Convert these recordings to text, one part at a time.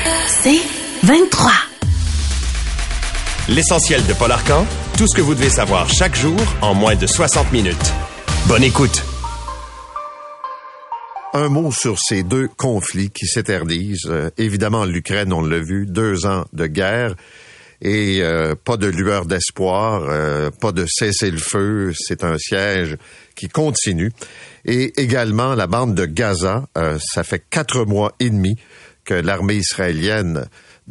C'est 23. L'essentiel de Paul Arcand, tout ce que vous devez savoir chaque jour en moins de 60 minutes. Bonne écoute. Un mot sur ces deux conflits qui s'éternisent. Évidemment, l'Ukraine, on l'a vu, 2 ans de guerre et pas de lueur d'espoir, pas de cessez-le-feu. C'est un siège qui continue. Et également, la bande de Gaza, ça fait 4 mois et demi que l'armée israélienne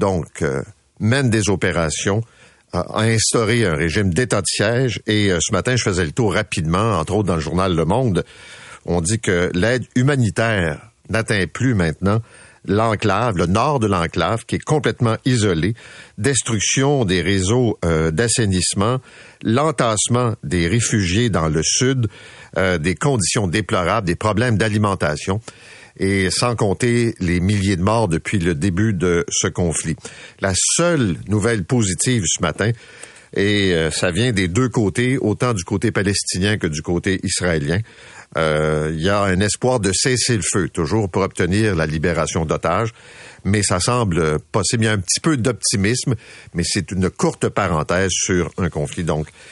mène des opérations, a instauré un régime d'état de siège. Et ce matin, je faisais le tour rapidement, entre autres dans le journal Le Monde. On dit que l'aide humanitaire n'atteint plus maintenant l'enclave, le nord de l'enclave, qui est complètement isolé. Destruction des réseaux d'assainissement, l'entassement des réfugiés dans le sud, des conditions déplorables, des problèmes d'alimentation, et sans compter les milliers de morts depuis le début de ce conflit. La seule nouvelle positive ce matin, et ça vient des deux côtés, autant du côté palestinien que du côté israélien. Il y a un espoir de cesser le feu, toujours pour obtenir la libération d'otages, mais ça semble possible. Il y a un petit peu d'optimisme, mais c'est une courte parenthèse sur un conflit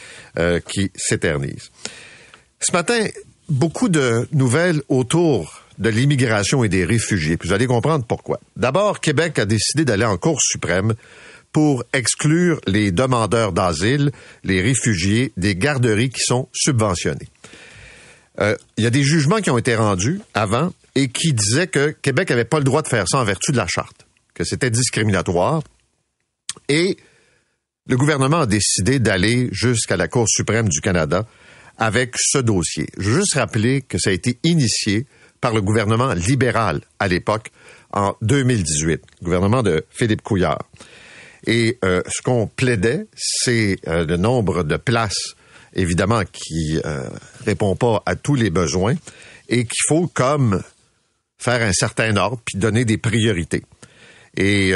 qui s'éternise. Ce matin, beaucoup de nouvelles autour de l'immigration et des réfugiés. Puis vous allez comprendre pourquoi. D'abord, Québec a décidé d'aller en Cour suprême pour exclure les demandeurs d'asile, les réfugiés, des garderies qui sont subventionnées. Il y a des jugements qui ont été rendus avant et qui disaient que Québec n'avait pas le droit de faire ça en vertu de la charte, que c'était discriminatoire. Et le gouvernement a décidé d'aller jusqu'à la Cour suprême du Canada avec ce dossier. Je veux juste rappeler que ça a été initié par le gouvernement libéral à l'époque, en 2018, le gouvernement de Philippe Couillard. Et ce qu'on plaidait, c'est le nombre de places, évidemment, qui répond pas à tous les besoins et qu'il faut comme faire un certain ordre puis donner des priorités. Et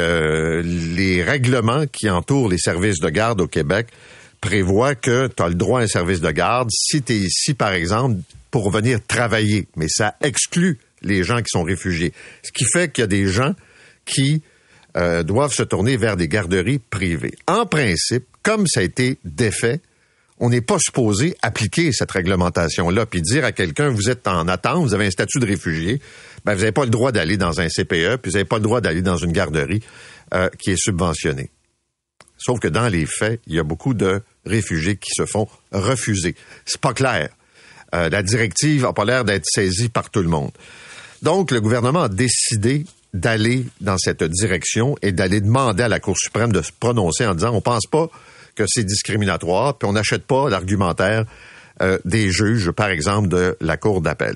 les règlements qui entourent les services de garde au Québec prévoient que tu as le droit à un service de garde si tu es ici, par exemple, pour venir travailler. Mais ça exclut les gens qui sont réfugiés. Ce qui fait qu'il y a des gens qui doivent se tourner vers des garderies privées. En principe, comme ça a été défait, on n'est pas supposé appliquer cette réglementation-là puis dire à quelqu'un, vous êtes en attente, vous avez un statut de réfugié, vous n'avez pas le droit d'aller dans un CPE, puis vous n'avez pas le droit d'aller dans une garderie qui est subventionnée. Sauf que dans les faits, il y a beaucoup de réfugiés qui se font refuser. C'est pas clair. La directive n'a pas l'air d'être saisie par tout le monde. Donc, le gouvernement a décidé d'aller dans cette direction et d'aller demander à la Cour suprême de se prononcer en disant on pense pas que c'est discriminatoire, puis on n'achète pas l'argumentaire des juges, par exemple, de la Cour d'appel.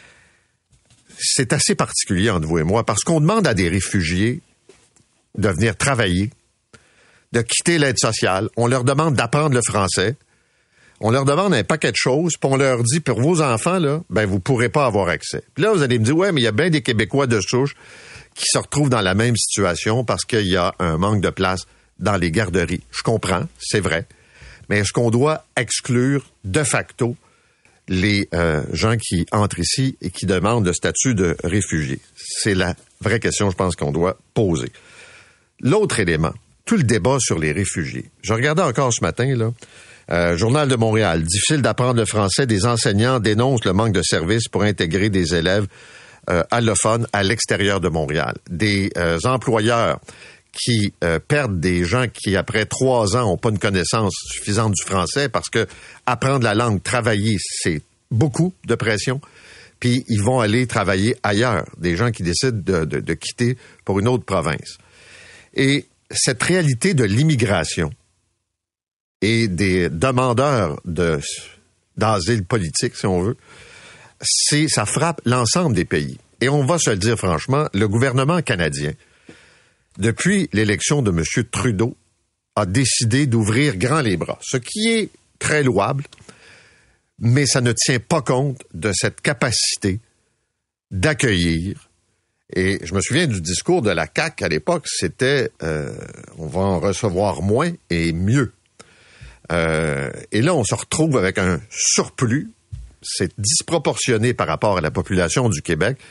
C'est assez particulier entre vous et moi, parce qu'on demande à des réfugiés de venir travailler, de quitter l'aide sociale, on leur demande d'apprendre le français, on leur demande un paquet de choses, puis on leur dit, pour vos enfants, là, vous pourrez pas avoir accès. Puis là, vous allez me dire, ouais, mais il y a bien des Québécois de souche qui se retrouvent dans la même situation parce qu'il y a un manque de place dans les garderies. Je comprends, c'est vrai. Mais est-ce qu'on doit exclure de facto les gens qui entrent ici et qui demandent le statut de réfugié? C'est la vraie question, je pense, qu'on doit poser. L'autre élément, tout le débat sur les réfugiés. Je regardais encore ce matin, là, Journal de Montréal. Difficile d'apprendre le français. Des enseignants dénoncent le manque de services pour intégrer des élèves allophones à l'extérieur de Montréal. Des employeurs qui perdent des gens qui, après 3 ans, n'ont pas une connaissance suffisante du français parce que apprendre la langue, travailler, c'est beaucoup de pression. Puis ils vont aller travailler ailleurs. Des gens qui décident de quitter pour une autre province. Et cette réalité de l'immigration et des demandeurs d'asile politique, si on veut, ça frappe l'ensemble des pays. Et on va se le dire franchement, le gouvernement canadien, depuis l'élection de M. Trudeau, a décidé d'ouvrir grand les bras, ce qui est très louable, mais ça ne tient pas compte de cette capacité d'accueillir. Et je me souviens du discours de la CAQ à l'époque, c'était on va en recevoir moins et mieux. Et là, on se retrouve avec un surplus, c'est disproportionné par rapport à la population du Québec,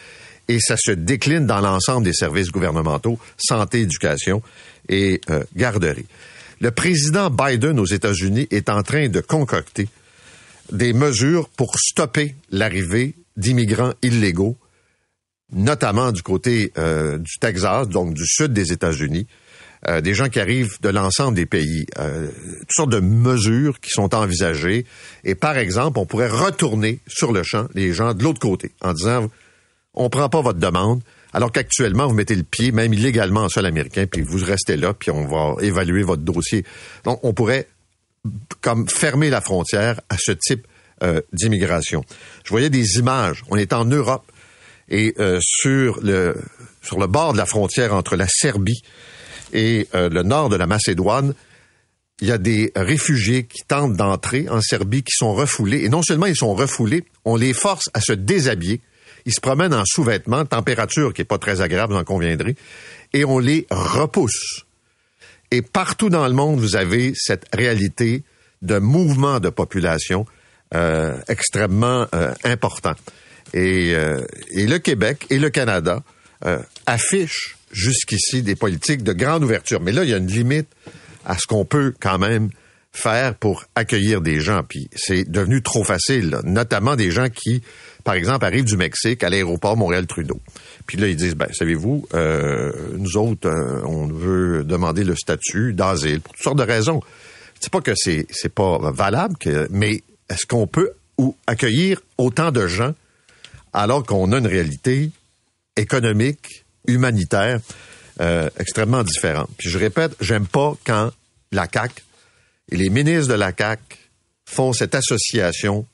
et ça se décline dans l'ensemble des services gouvernementaux, santé, éducation et garderie. Le président Biden aux États-Unis est en train de concocter des mesures pour stopper l'arrivée d'immigrants illégaux, notamment du côté du Texas, donc du sud des États-Unis, des gens qui arrivent de l'ensemble des pays. Toutes sortes de mesures qui sont envisagées. Et par exemple, on pourrait retourner sur le champ les gens de l'autre côté en disant « On prend pas votre demande », alors qu'actuellement, vous mettez le pied, même illégalement, en sol américain, puis vous restez là, puis on va évaluer votre dossier. Donc, on pourrait comme fermer la frontière à ce type d'immigration. Je voyais des images. On est en Europe et sur le bord de la frontière entre la Serbie et le nord de la Macédoine, il y a des réfugiés qui tentent d'entrer en Serbie, qui sont refoulés. Et non seulement ils sont refoulés, on les force à se déshabiller. Ils se promènent en sous-vêtements, température qui est pas très agréable, vous en conviendrez, et on les repousse. Et partout dans le monde, vous avez cette réalité de mouvement de population extrêmement important. Et le Québec et le Canada affichent jusqu'ici des politiques de grande ouverture. Mais là, il y a une limite à ce qu'on peut quand même faire pour accueillir des gens. Puis c'est devenu trop facile, là. Notamment des gens qui, par exemple, arrivent du Mexique à l'aéroport Montréal-Trudeau. Puis là, ils disent, savez-vous, nous autres, on veut demander le statut d'asile pour toutes sortes de raisons. C'est pas que c'est pas valable, mais est-ce qu'on peut accueillir autant de gens alors qu'on a une réalité économique, humanitaire, extrêmement différente? Puis je répète, j'aime pas quand la CAQ et les ministres de la CAQ font cette association,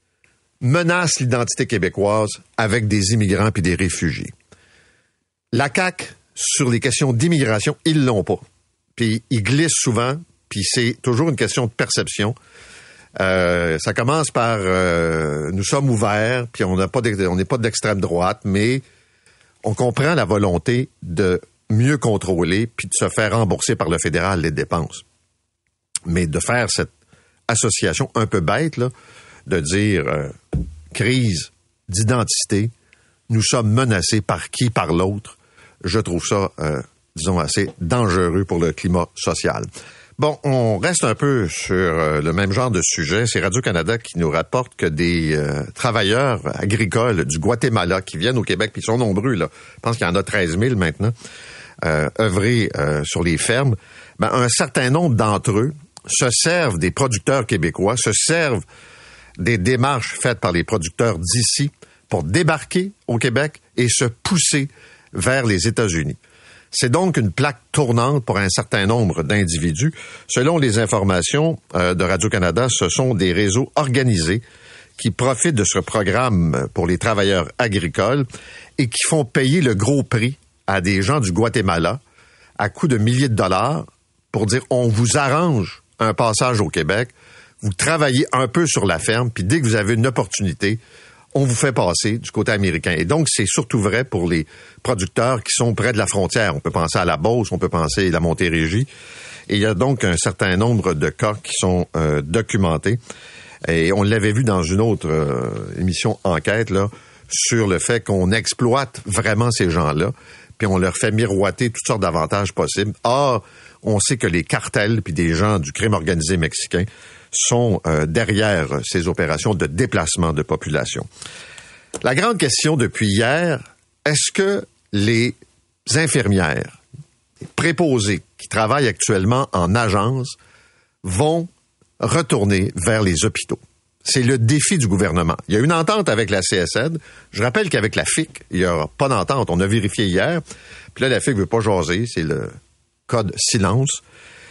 menacent l'identité québécoise avec des immigrants puis des réfugiés. La CAQ, sur les questions d'immigration, ils l'ont pas. Puis ils glissent souvent, puis c'est toujours une question de perception. Ça commence par nous sommes ouverts, puis on n'est pas d'extrême droite, mais on comprend la volonté de mieux contrôler puis de se faire rembourser par le fédéral les dépenses. Mais de faire cette association un peu bête, là, de dire crise d'identité, nous sommes menacés par qui, par l'autre, je trouve ça, disons, assez dangereux pour le climat social. Bon, on reste un peu sur le même genre de sujet. C'est Radio-Canada qui nous rapporte que des travailleurs agricoles du Guatemala qui viennent au Québec, puis ils sont nombreux, là. Je pense qu'il y en a 13 000 maintenant, œuvrés sur les fermes. Un certain nombre d'entre eux se servent des producteurs québécois, se servent des démarches faites par les producteurs d'ici pour débarquer au Québec et se pousser vers les États-Unis. C'est donc une plaque tournante pour un certain nombre d'individus. Selon les informations de Radio-Canada, ce sont des réseaux organisés qui profitent de ce programme pour les travailleurs agricoles et qui font payer le gros prix à des gens du Guatemala à coût de milliers de dollars pour dire on vous arrange un passage au Québec, vous travaillez un peu sur la ferme, puis dès que vous avez une opportunité, on vous fait passer du côté américain. Et donc, c'est surtout vrai pour les producteurs qui sont près de la frontière. On peut penser à la Beauce, on peut penser à la Montérégie. Et il y a donc un certain nombre de cas qui sont documentés. Et on l'avait vu dans une autre émission Enquête, là, sur le fait qu'on exploite vraiment ces gens-là, puis on leur fait miroiter toutes sortes d'avantages possibles. Or, on sait que les cartels puis des gens du crime organisé mexicain sont derrière ces opérations de déplacement de population. La grande question depuis hier, est-ce que les infirmières, les préposées qui travaillent actuellement en agence vont retourner vers les hôpitaux? C'est le défi du gouvernement. Il y a une entente avec la CSN. Je rappelle qu'avec la FIC, il n'y aura pas d'entente. On a vérifié hier. Puis là, la FIC ne veut pas jaser. C'est le code silence.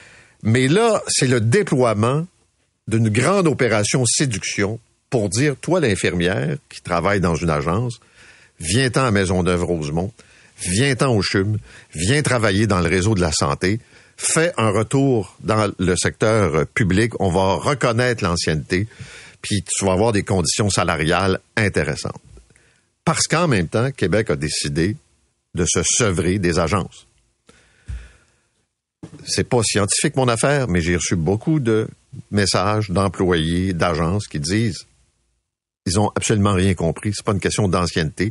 Mais là, c'est le déploiement d'une grande opération séduction pour dire, toi, l'infirmière qui travaille dans une agence, viens-t'en à Maisonneuve-Rosemont, viens-t'en au CHUM, viens travailler dans le réseau de la santé, fais un retour dans le secteur public, on va reconnaître l'ancienneté, puis tu vas avoir des conditions salariales intéressantes. Parce qu'en même temps, Québec a décidé de se sevrer des agences. C'est pas scientifique, mon affaire, mais j'ai reçu beaucoup de messages d'employés, d'agences qui disent ils ont absolument rien compris. C'est pas une question d'ancienneté.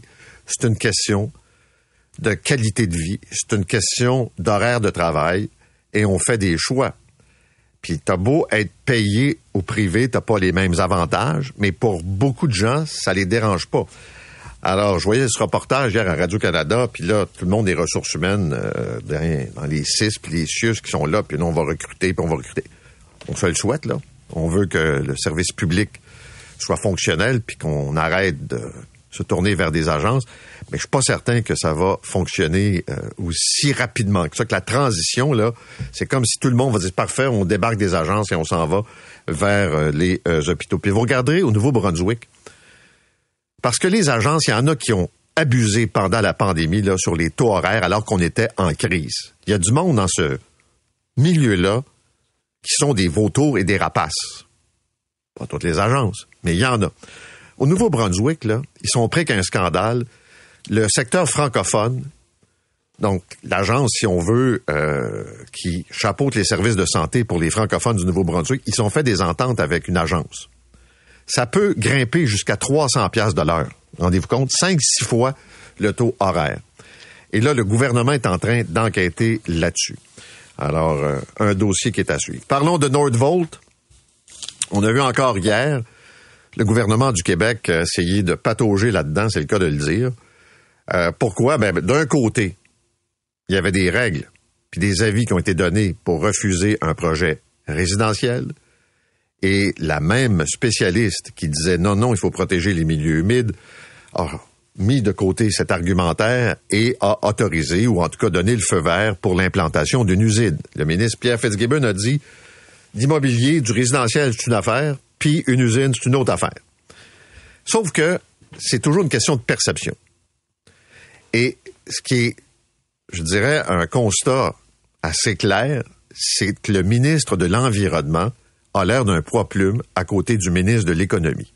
c'est une question de qualité de vie, c'est une question d'horaire de travail, et on fait des choix. Puis t'as beau être payé au privé, t'as pas les mêmes avantages, mais pour beaucoup de gens, ça les dérange pas. Alors, je voyais ce reportage hier à Radio-Canada, puis là, tout le monde des ressources humaines, dans les CIS, puis les CIUS qui sont là, puis là, on va recruter. On se le souhaite, là. On veut que le service public soit fonctionnel, puis qu'on arrête de se tourner vers des agences. Mais je suis pas certain que ça va fonctionner aussi rapidement que ça, que la transition, là, c'est comme si tout le monde va dire, parfait, on débarque des agences et on s'en va vers les hôpitaux. Puis vous regarderez au Nouveau-Brunswick, parce que les agences, il y en a qui ont abusé pendant la pandémie là, sur les taux horaires alors qu'on était en crise. Il y a du monde dans ce milieu-là qui sont des vautours et des rapaces. Pas toutes les agences, mais il y en a. Au Nouveau-Brunswick, là, ils sont prêts qu'un scandale. Le secteur francophone, donc l'agence, si on veut, qui chapeaute les services de santé pour les francophones du Nouveau-Brunswick, ils ont fait des ententes avec une agence. Ça peut grimper jusqu'à 300 $ de l'heure. Rendez-vous compte, 5-6 fois le taux horaire. Et là, le gouvernement est en train d'enquêter là-dessus. Alors, un dossier qui est à suivre. Parlons de Nordvolt. On a vu encore hier le gouvernement du Québec essayer de patauger là-dedans, c'est le cas de le dire. Pourquoi? Ben, d'un côté, il y avait des règles puis des avis qui ont été donnés pour refuser un projet résidentiel. Et la même spécialiste qui disait non, il faut protéger les milieux humides, a mis de côté cet argumentaire et a autorisé, ou en tout cas donné le feu vert pour l'implantation d'une usine. Le ministre Pierre Fitzgibbon a dit, l'immobilier, du résidentiel, c'est une affaire, puis une usine, c'est une autre affaire. Sauf que c'est toujours une question de perception. Et ce qui est, je dirais, un constat assez clair, c'est que le ministre de l'Environnement a l'air d'un poids-plume à côté du ministre de l'Économie.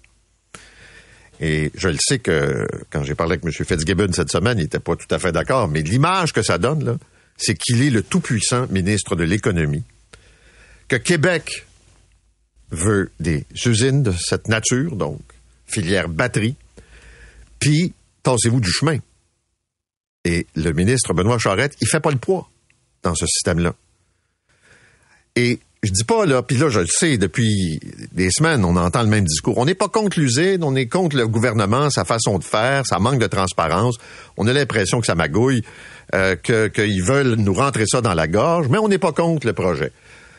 Et je le sais que quand j'ai parlé avec M. Fitzgibbon cette semaine, il n'était pas tout à fait d'accord, mais l'image que ça donne, là, c'est qu'il est le tout-puissant ministre de l'Économie, que Québec veut des usines de cette nature, donc filière batterie, puis tassez-vous du chemin. Et le ministre Benoît Charette, il fait pas le poids dans ce système-là. Et je dis pas, là, puis là, je le sais, depuis des semaines, on entend le même discours. On n'est pas contre l'usine, on est contre le gouvernement, sa façon de faire, sa manque de transparence. On a l'impression que ça magouille, qu'ils veulent nous rentrer ça dans la gorge, mais on n'est pas contre le projet.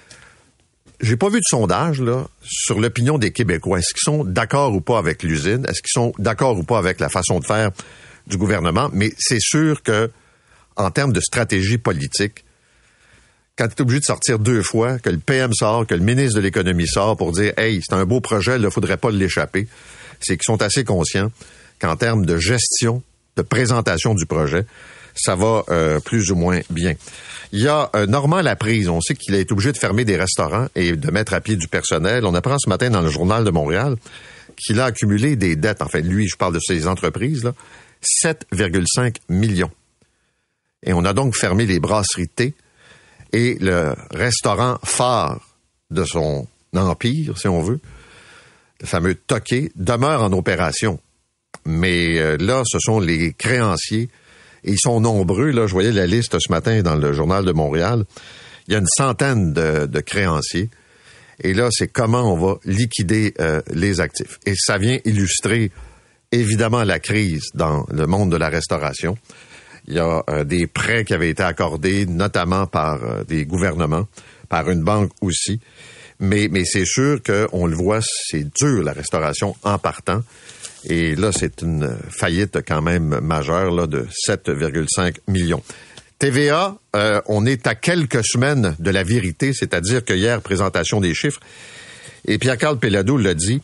J'ai pas vu de sondage, là, sur l'opinion des Québécois. Est-ce qu'ils sont d'accord ou pas avec l'usine? Est-ce qu'ils sont d'accord ou pas avec la façon de faire du gouvernement? Mais c'est sûr que, en termes de stratégie politique, quand tu es obligé de sortir 2 fois, que le PM sort, que le ministre de l'Économie sort pour dire « Hey, c'est un beau projet, il ne faudrait pas l'échapper », c'est qu'ils sont assez conscients qu'en termes de gestion, de présentation du projet, ça va plus ou moins bien. Il y a Normand Laprise, on sait qu'il a été obligé de fermer des restaurants et de mettre à pied du personnel. On apprend ce matin dans le Journal de Montréal qu'il a accumulé des dettes. En fait, lui, je parle de ses entreprises, là, 7,5 millions. Et on a donc fermé les brasseries de thé. Et le restaurant phare de son empire, si on veut, le fameux Toqué, demeure en opération. Mais là, ce sont les créanciers. Et ils sont nombreux. Là, je voyais la liste ce matin dans le Journal de Montréal. Il y a une centaine de créanciers. Et là, c'est comment on va liquider les actifs. Et ça vient illustrer, évidemment, la crise dans le monde de la restauration. Il y a des prêts qui avaient été accordés, notamment par des gouvernements, par une banque aussi. Mais c'est sûr qu'on le voit, c'est dur, la restauration, en partant. Et là, c'est une faillite quand même majeure là, de 7,5 millions. TVA, on est à quelques semaines de la vérité, c'est-à-dire que hier, présentation des chiffres, et Pierre-Carl Péladeau l'a dit,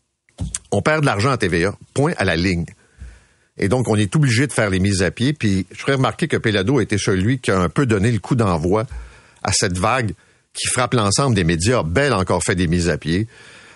on perd de l'argent à TVA, point à la ligne. Et donc, on est obligé de faire les mises à pied. Puis, je ferais remarquer que Péladeau a été celui qui a un peu donné le coup d'envoi à cette vague qui frappe l'ensemble des médias. Bell a encore fait des mises à pied.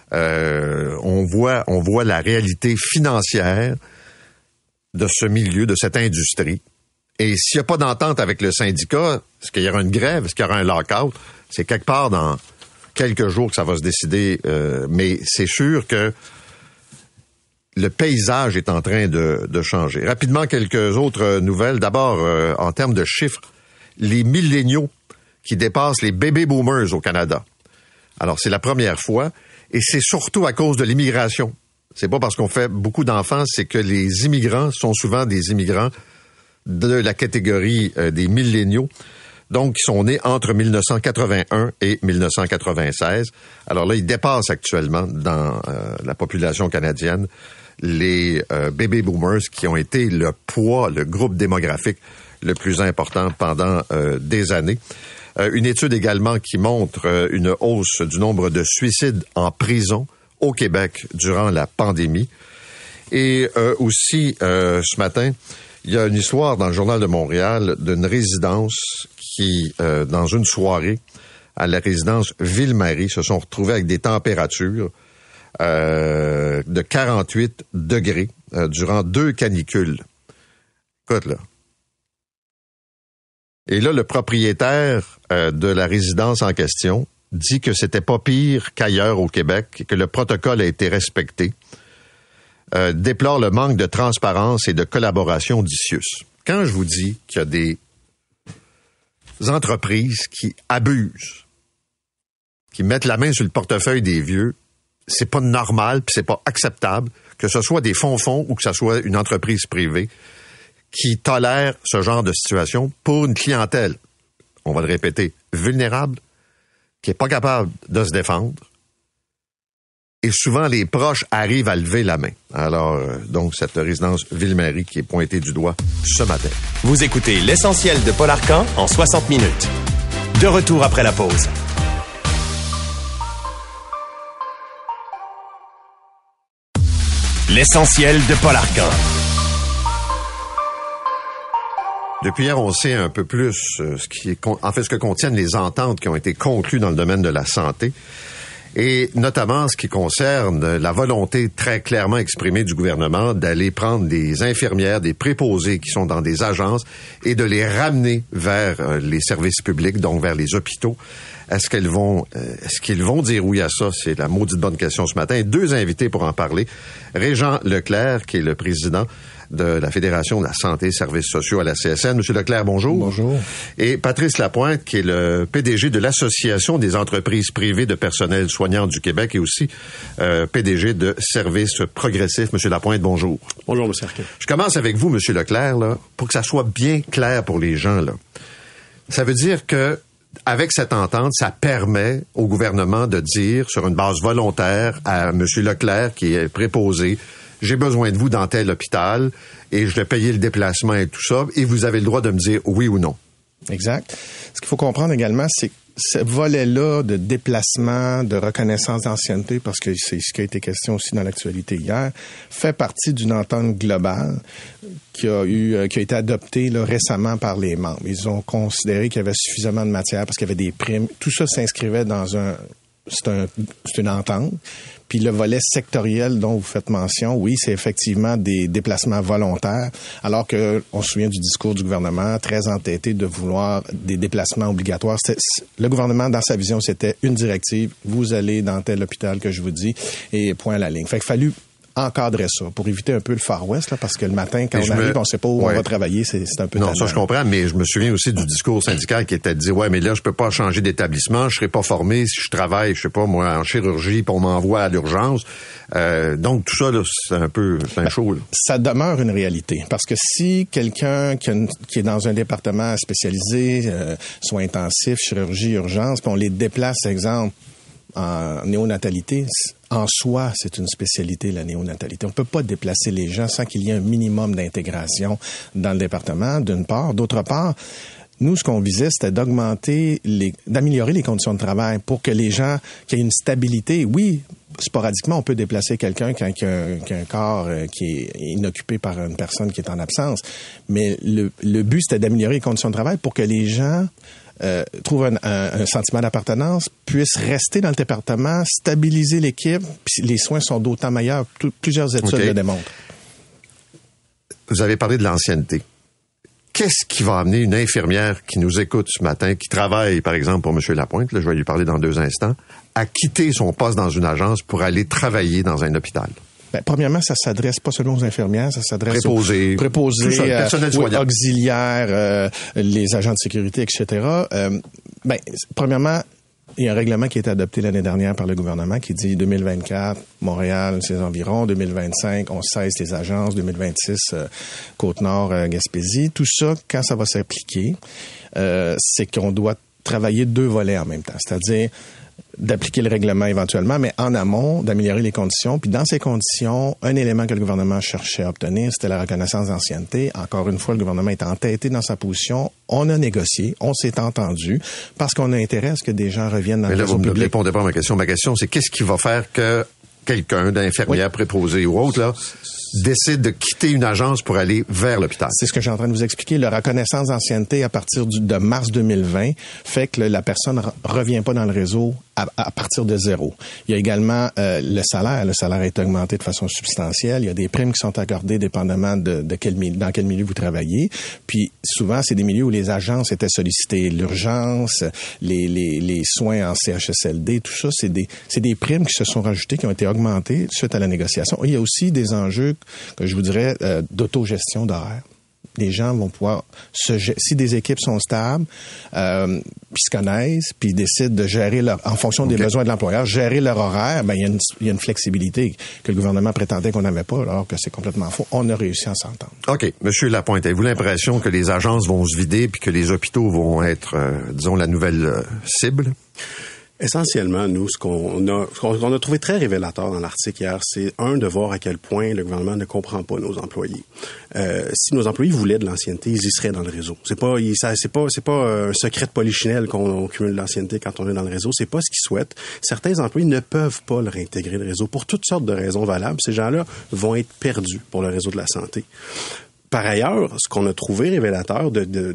On voit la réalité financière de ce milieu, de cette industrie. Et s'il n'y a pas d'entente avec le syndicat, est-ce qu'il y aura une grève? Est-ce qu'il y aura un lock-out? C'est quelque part dans quelques jours que ça va se décider. Mais c'est sûr que le paysage est en train de changer. Rapidement, quelques autres nouvelles. D'abord, en termes de chiffres, les milléniaux qui dépassent les baby boomers au Canada. Alors, c'est la première fois, et c'est surtout à cause de l'immigration. C'est pas parce qu'on fait beaucoup d'enfants, c'est que les immigrants sont souvent des immigrants de la catégorie des milléniaux, donc qui sont nés entre 1981 et 1996. Alors là, ils dépassent actuellement dans la population canadienne les baby boomers qui ont été le poids, le groupe démographique le plus important pendant des années. Une étude également qui montre une hausse du nombre de suicides en prison au Québec durant la pandémie. Et aussi, ce matin, il y a une histoire dans le Journal de Montréal d'une résidence qui, dans une soirée, à la résidence Ville-Marie, se sont retrouvés avec des températures de 48 degrés durant 2 canicules. Écoute, là. Et là, le propriétaire de la résidence en question dit que c'était pas pire qu'ailleurs au Québec et que le protocole a été respecté. Déplore le manque de transparence et de collaboration d'Icius. Quand je vous dis qu'il y a des entreprises qui abusent, qui mettent la main sur le portefeuille des vieux, c'est pas normal puis c'est pas acceptable que ce soit des fonds ou que ce soit une entreprise privée qui tolère ce genre de situation pour une clientèle, on va le répéter, vulnérable, qui est pas capable de se défendre. Et souvent, les proches arrivent à lever la main. Alors, donc, cette résidence Ville-Marie qui est pointée du doigt ce matin. Vous écoutez l'essentiel de Paul Arcand en 60 minutes. De retour après la pause. L'essentiel de Paul Arcand. Depuis hier, on sait un peu plus ce que contiennent les ententes qui ont été conclues dans le domaine de la santé. Et notamment ce qui concerne la volonté très clairement exprimée du gouvernement d'aller prendre des infirmières, des préposés qui sont dans des agences et de les ramener vers les services publics, donc vers les hôpitaux. Est-ce qu'ils vont dire oui à ça? C'est la maudite bonne question ce matin. Et 2 invités pour en parler. Régent Leclerc, qui est le président de la Fédération de la santé et services sociaux à la CSN. Monsieur Leclerc, bonjour. Bonjour. Et Patrice Lapointe, qui est le PDG de l'Association des entreprises privées de personnel soignant du Québec et aussi PDG de Services Progressifs. Monsieur Lapointe, bonjour. Bonjour, monsieur Arquet. Je commence avec vous, monsieur Leclerc, là, pour que ça soit bien clair pour les gens, là. Ça veut dire que avec cette entente, ça permet au gouvernement de dire, sur une base volontaire, à M. Leclerc, qui est préposé, j'ai besoin de vous dans tel hôpital et je vais payer le déplacement et tout ça, et vous avez le droit de me dire oui ou non. Exact. Ce qu'il faut comprendre également, c'est que ce volet-là de déplacement, de reconnaissance d'ancienneté, parce que c'est ce qui a été question aussi dans l'actualité hier, fait partie d'une entente globale qui a été adoptée là, récemment par les membres. Ils ont considéré qu'il y avait suffisamment de matière parce qu'il y avait des primes. Tout ça s'inscrivait dans c'est une entente. Puis le volet sectoriel dont vous faites mention, oui, c'est effectivement des déplacements volontaires, alors que on se souvient du discours du gouvernement, très entêté de vouloir des déplacements obligatoires. Le gouvernement, dans sa vision, c'était une directive, vous allez dans tel hôpital que je vous dis, et point à la ligne. Fait qu'il a fallu encadrer ça pour éviter un peu le Far West, là, parce que le matin, quand on arrive, on sait pas où on va travailler, c'est un peu... Non, ça je comprends, mais je me souviens aussi du discours syndical qui était de dire, ouais, mais là, je peux pas changer d'établissement, je serai pas formé si je travaille, je sais pas, moi, en chirurgie, puis on m'envoie à l'urgence. Donc, tout ça, là, c'est un peu chaud, là. Ça demeure une réalité, parce que si quelqu'un qui est dans un département spécialisé, soins intensifs, chirurgie, urgence, puis on les déplace, exemple, en néonatalité, en soi, c'est une spécialité, la néonatalité. On ne peut pas déplacer les gens sans qu'il y ait un minimum d'intégration dans le département, d'une part. D'autre part, nous, ce qu'on visait, c'était d'améliorer les conditions de travail pour que les gens, qu'il y ait une stabilité. Oui, sporadiquement, on peut déplacer quelqu'un qui a un corps qui est inoccupé par une personne qui est en absence. Mais le but, c'était d'améliorer les conditions de travail pour que les gens trouvent un sentiment d'appartenance, puissent rester dans le département, stabiliser l'équipe, puis les soins sont d'autant meilleurs. Plusieurs études le démontrent. Vous avez parlé de l'ancienneté. Qu'est-ce qui va amener une infirmière qui nous écoute ce matin, qui travaille, par exemple, pour M. Lapointe, là, je vais lui parler dans 2 instants, à quitter son poste dans une agence pour aller travailler dans un hôpital? Premièrement, ça s'adresse pas seulement aux infirmières, ça s'adresse préposés, personnel soignant, auxiliaires, les agents de sécurité, etc. Premièrement, il y a un règlement qui a été adopté l'année dernière par le gouvernement qui dit 2024, Montréal, ses environs, 2025, on cesse les agences, 2026, Côte-Nord, Gaspésie. Tout ça, quand ça va s'appliquer, c'est qu'on doit travailler 2 volets en même temps, c'est-à-dire d'appliquer le règlement éventuellement, mais en amont, d'améliorer les conditions. Puis dans ces conditions, un élément que le gouvernement cherchait à obtenir, c'était la reconnaissance d'ancienneté. Encore une fois, le gouvernement est entêté dans sa position. On a négocié, on s'est entendu, parce qu'on a intérêt à ce que des gens reviennent dans le réseau public. Mais là, vous ne répondez pas à ma question. Ma question, c'est qu'est-ce qui va faire que quelqu'un d'infirmière, préposé ou autre, là, décide de quitter une agence pour aller vers l'hôpital? C'est ce que je suis en train de vous expliquer. La reconnaissance d'ancienneté à partir de mars 2020 fait que la personne revient pas dans le réseau à partir de 0. Il y a également le salaire. Le salaire est augmenté de façon substantielle. Il y a des primes qui sont accordées dépendamment dans quel milieu vous travaillez. Puis souvent, c'est des milieux où les agences étaient sollicitées. L'urgence, les soins en CHSLD, tout ça, c'est des primes qui se sont rajoutées, qui ont été augmentées suite à la négociation. Il y a aussi des enjeux que je vous dirais d'autogestion d'horaire. Les gens vont pouvoir si des équipes sont stables, puis se connaissent, puis décident de gérer en fonction des besoins de l'employeur, gérer leur horaire, il y a une flexibilité que le gouvernement prétendait qu'on n'avait pas, alors que c'est complètement faux. On a réussi à s'entendre. OK. Monsieur Lapointe, avez-vous l'impression que les agences vont se vider puis que les hôpitaux vont être, disons, la nouvelle cible? Essentiellement, nous, ce qu'on a trouvé très révélateur dans l'article hier, c'est de voir à quel point le gouvernement ne comprend pas nos employés. Si nos employés voulaient de l'ancienneté, ils y seraient dans le réseau. C'est pas un secret de polichinelle qu'on cumule l'ancienneté quand on est dans le réseau. C'est pas ce qu'ils souhaitent. Certains employés ne peuvent pas le réintégrer le réseau pour toutes sortes de raisons valables. Ces gens-là vont être perdus pour le réseau de la santé. Par ailleurs, ce qu'on a trouvé révélateur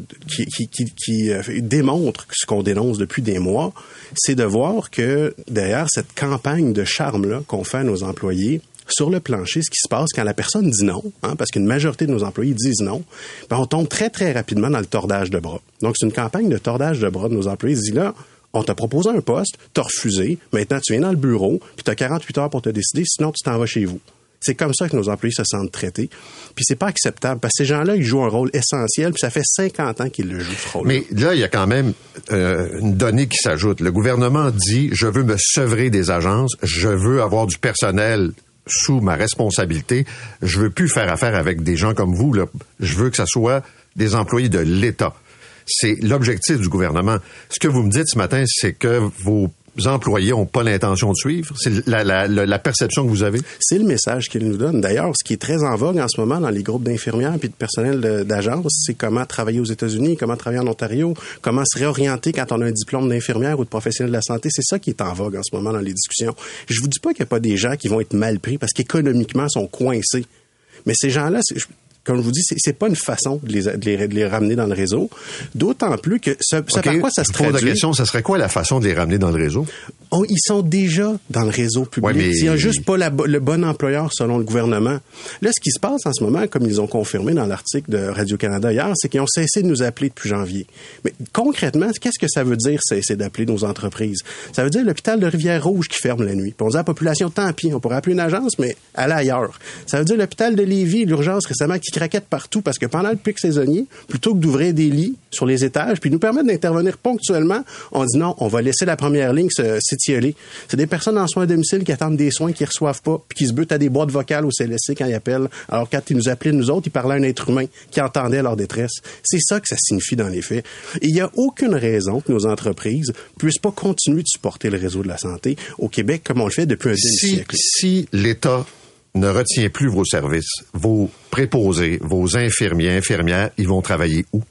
qui démontre ce qu'on dénonce depuis des mois, c'est de voir que derrière cette campagne de charme-là qu'on fait à nos employés, sur le plancher, ce qui se passe quand la personne dit non, parce qu'une majorité de nos employés disent non, on tombe très, très rapidement dans le tordage de bras. Donc, c'est une campagne de tordage de bras de nos employés. Ils disent là, on t'a proposé un poste, t'as refusé, maintenant tu viens dans le bureau, puis t'as 48 heures pour te décider, sinon tu t'en vas chez vous. C'est comme ça que nos employés se sentent traités. Puis c'est pas acceptable, parce que ces gens-là, ils jouent un rôle essentiel, puis ça fait 50 ans qu'ils le jouent, ce rôle. Mais là, il y a quand même une donnée qui s'ajoute. Le gouvernement dit, je veux me sevrer des agences, je veux avoir du personnel sous ma responsabilité, je veux plus faire affaire avec des gens comme vous, là. Je veux que ça soit des employés de l'État. C'est l'objectif du gouvernement. Ce que vous me dites ce matin, c'est que vos employés n'ont pas l'intention de suivre? C'est la perception que vous avez? C'est le message qu'ils nous donnent. D'ailleurs, ce qui est très en vogue en ce moment dans les groupes d'infirmières puis de personnel d'agence, c'est comment travailler aux États-Unis, comment travailler en Ontario, comment se réorienter quand on a un diplôme d'infirmière ou de professionnel de la santé. C'est ça qui est en vogue en ce moment dans les discussions. Je vous dis pas qu'il n'y a pas des gens qui vont être mal pris parce qu'économiquement, ils sont coincés. Mais ces gens-là, comme je vous dis, c'est pas une façon de les ramener dans le réseau. D'autant plus que par quoi ça se traduit. La question, ça serait quoi la façon de les ramener dans le réseau? Ils sont déjà dans le réseau public. Ouais, il n'y a juste pas le bon employeur selon le gouvernement. Là, ce qui se passe en ce moment, comme ils ont confirmé dans l'article de Radio-Canada hier, c'est qu'ils ont cessé de nous appeler depuis janvier. Mais concrètement, qu'est-ce que ça veut dire, cesser d'appeler nos entreprises? Ça veut dire l'hôpital de Rivière-Rouge qui ferme la nuit. Puis on dit à la population, tant pis, on pourrait appeler une agence, mais allez ailleurs. Ça veut dire l'hôpital de Lévis, l'urgence récemment qui craquette partout parce que pendant le pic saisonnier, plutôt que d'ouvrir des lits sur les étages puis nous permettre d'intervenir ponctuellement, on dit non, on va laisser la première ligne s'étioler. C'est des personnes en soins à domicile qui attendent des soins qu'ils reçoivent pas puis qui se butent à des boîtes vocales au CLSC quand ils appellent. Alors quand ils nous appelaient nous autres, ils parlaient à un être humain qui entendait leur détresse. C'est ça que ça signifie dans les faits. Et il n'y a aucune raison que nos entreprises puissent pas continuer de supporter le réseau de la santé au Québec comme on le fait depuis un demi-siècle. Si l'État ne retient plus vos services, vos préposés, vos infirmières, ils vont travailler où?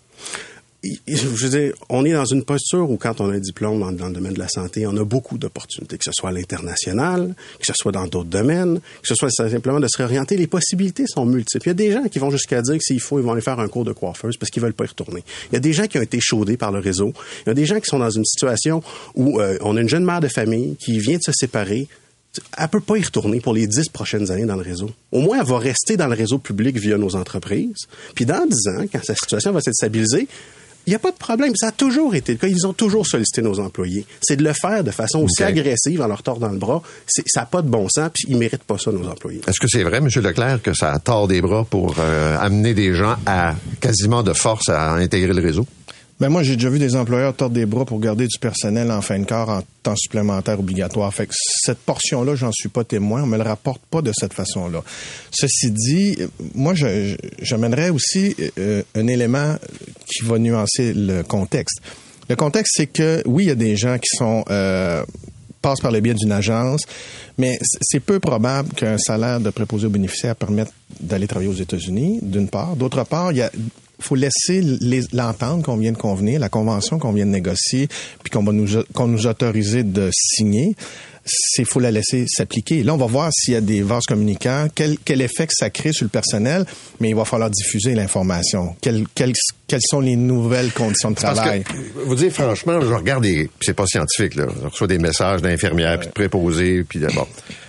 Je veux dire, on est dans une posture où quand on a un diplôme dans le domaine de la santé, on a beaucoup d'opportunités, que ce soit à l'international, que ce soit dans d'autres domaines, que ce soit simplement de se réorienter. Les possibilités sont multiples. Il y a des gens qui vont jusqu'à dire que s'il faut, ils vont aller faire un cours de coiffeuse parce qu'ils veulent pas y retourner. Il y a des gens qui ont été chaudés par le réseau. Il y a des gens qui sont dans une situation où on a une jeune mère de famille qui vient de se séparer. Elle peut pas y retourner pour les 10 prochaines années dans le réseau. Au moins, elle va rester dans le réseau public via nos entreprises. Puis dans 10 ans, quand sa situation va s'être stabilisée, Il n'y a pas de problème. Ça a toujours été le cas. Ils ont toujours sollicité nos employés. C'est de le faire de façon aussi agressive en leur tordant le bras. Ça n'a pas de bon sens, puis ils méritent pas ça, nos employés. Est-ce que c'est vrai, M. Leclerc, que ça tord des bras pour amener des gens à quasiment de force à intégrer le réseau? Ben moi, j'ai déjà vu des employeurs tordre des bras pour garder du personnel en fin de quart en temps supplémentaire obligatoire. Fait que cette portion-là, j'en suis pas témoin. On me le rapporte pas de cette façon-là. Ceci dit, moi, j'amènerais aussi un élément qui va nuancer le contexte. Le contexte, c'est que, oui, il y a des gens qui sont passent par le biais d'une agence, mais c'est peu probable qu'un salaire de préposé aux bénéficiaires permette d'aller travailler aux États-Unis, d'une part. D'autre part, il faut laisser l'entente qu'on vient de convenir, la convention qu'on vient de négocier, puis qu'on nous autorise de signer. Il faut la laisser s'appliquer. Là, on va voir s'il y a des vases communicants, quel effet que ça crée sur le personnel, mais il va falloir diffuser l'information. Quelles sont les nouvelles conditions de travail? Parce que, vous dire franchement, je regarde c'est pas scientifique, là. Je reçois des messages d'infirmières, puis de préposés, puis bon.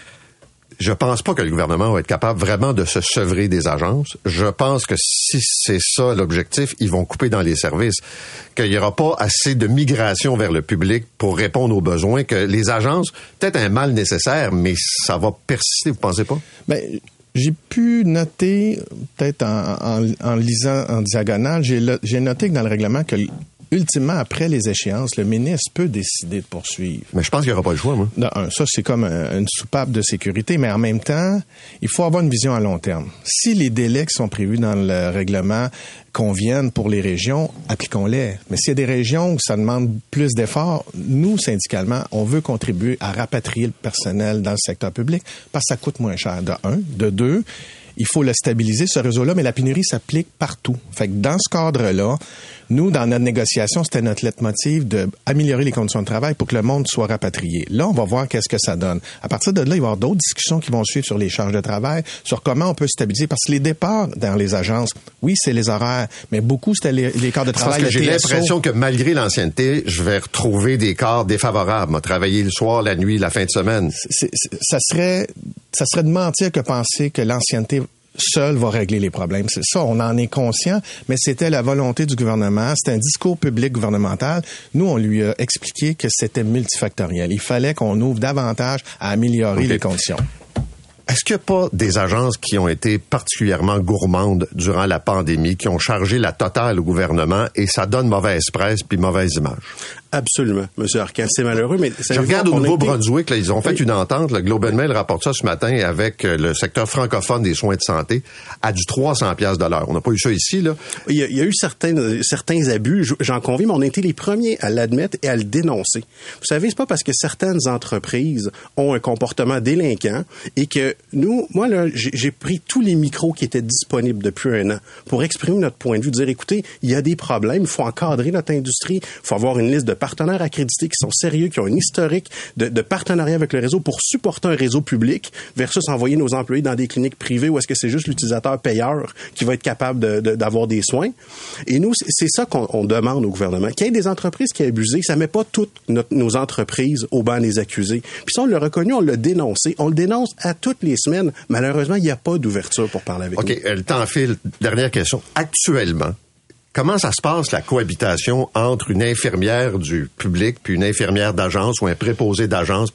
Je pense pas que le gouvernement va être capable vraiment de se sevrer des agences. Je pense que si c'est ça l'objectif, ils vont couper dans les services. Qu'il y aura pas assez de migration vers le public pour répondre aux besoins, que les agences, peut-être un mal nécessaire, mais ça va persister, vous pensez pas? Ben, j'ai pu noter, peut-être en lisant en diagonale, j'ai noté que dans le règlement que ultimement, après les échéances, le ministre peut décider de poursuivre. Mais je pense qu'il n'y aura pas le choix, moi. Ça, c'est comme une soupape de sécurité, mais en même temps, il faut avoir une vision à long terme. Si les délais qui sont prévus dans le règlement conviennent pour les régions, appliquons-les. Mais s'il y a des régions où ça demande plus d'efforts, nous, syndicalement, on veut contribuer à rapatrier le personnel dans le secteur public parce que ça coûte moins cher, de un. De deux, il faut le stabiliser, ce réseau-là, mais la pénurie s'applique partout. Fait que dans ce cadre-là, nous, dans notre négociation, c'était notre leitmotiv d'améliorer les conditions de travail pour que le monde soit rapatrié. Là, on va voir qu'est-ce que ça donne. À partir de là, il va y avoir d'autres discussions qui vont suivre sur les charges de travail, sur comment on peut stabiliser. Parce que les départs dans les agences, oui, c'est les horaires, mais beaucoup, c'était les quarts de travail. Parce que j'ai l'impression que malgré l'ancienneté, je vais retrouver des quarts défavorables. Travailler le soir, la nuit, la fin de semaine. Ça serait de mentir que penser que l'ancienneté seul va régler les problèmes. C'est ça, on en est conscient, mais c'était la volonté du gouvernement, c'était un discours public gouvernemental. Nous, on lui a expliqué que c'était multifactoriel. Il fallait qu'on ouvre davantage à améliorer les conditions. Est-ce qu'il n'y a pas des agences qui ont été particulièrement gourmandes durant la pandémie, qui ont chargé la totale au gouvernement et ça donne mauvaise presse puis mauvaise image? Absolument, M. Arcand. C'est malheureux, mais... Je regarde au Nouveau-Brunswick, là, ils ont fait une entente. Le Globe and Mail rapporte ça ce matin avec le secteur francophone des soins de santé à du 300$ de l'heure. On n'a pas eu ça ici, là. Il y a eu certains abus, j'en conviens, mais on a été les premiers à l'admettre et à le dénoncer. Vous savez, c'est pas parce que certaines entreprises ont un comportement délinquant et que moi, là, j'ai pris tous les micros qui étaient disponibles depuis un an pour exprimer notre point de vue, dire, écoutez, il y a des problèmes, il faut encadrer notre industrie, il faut avoir une liste de partenaires accrédités qui sont sérieux, qui ont un historique de partenariat avec le réseau pour supporter un réseau public versus envoyer nos employés dans des cliniques privées où est-ce que c'est juste l'utilisateur payeur qui va être capable d'avoir des soins. Et nous, c'est ça qu'on demande au gouvernement. Qu'il y ait des entreprises qui abusent, ça met pas toutes nos entreprises au banc des accusés. Puis ça, on l'a reconnu, on l'a dénoncé. On le dénonce à toutes les semaines. Malheureusement, il n'y a pas d'ouverture pour parler avec nous. OK, le temps file. Dernière question. Actuellement, comment ça se passe, la cohabitation entre une infirmière du public puis une infirmière d'agence ou un préposé d'agence?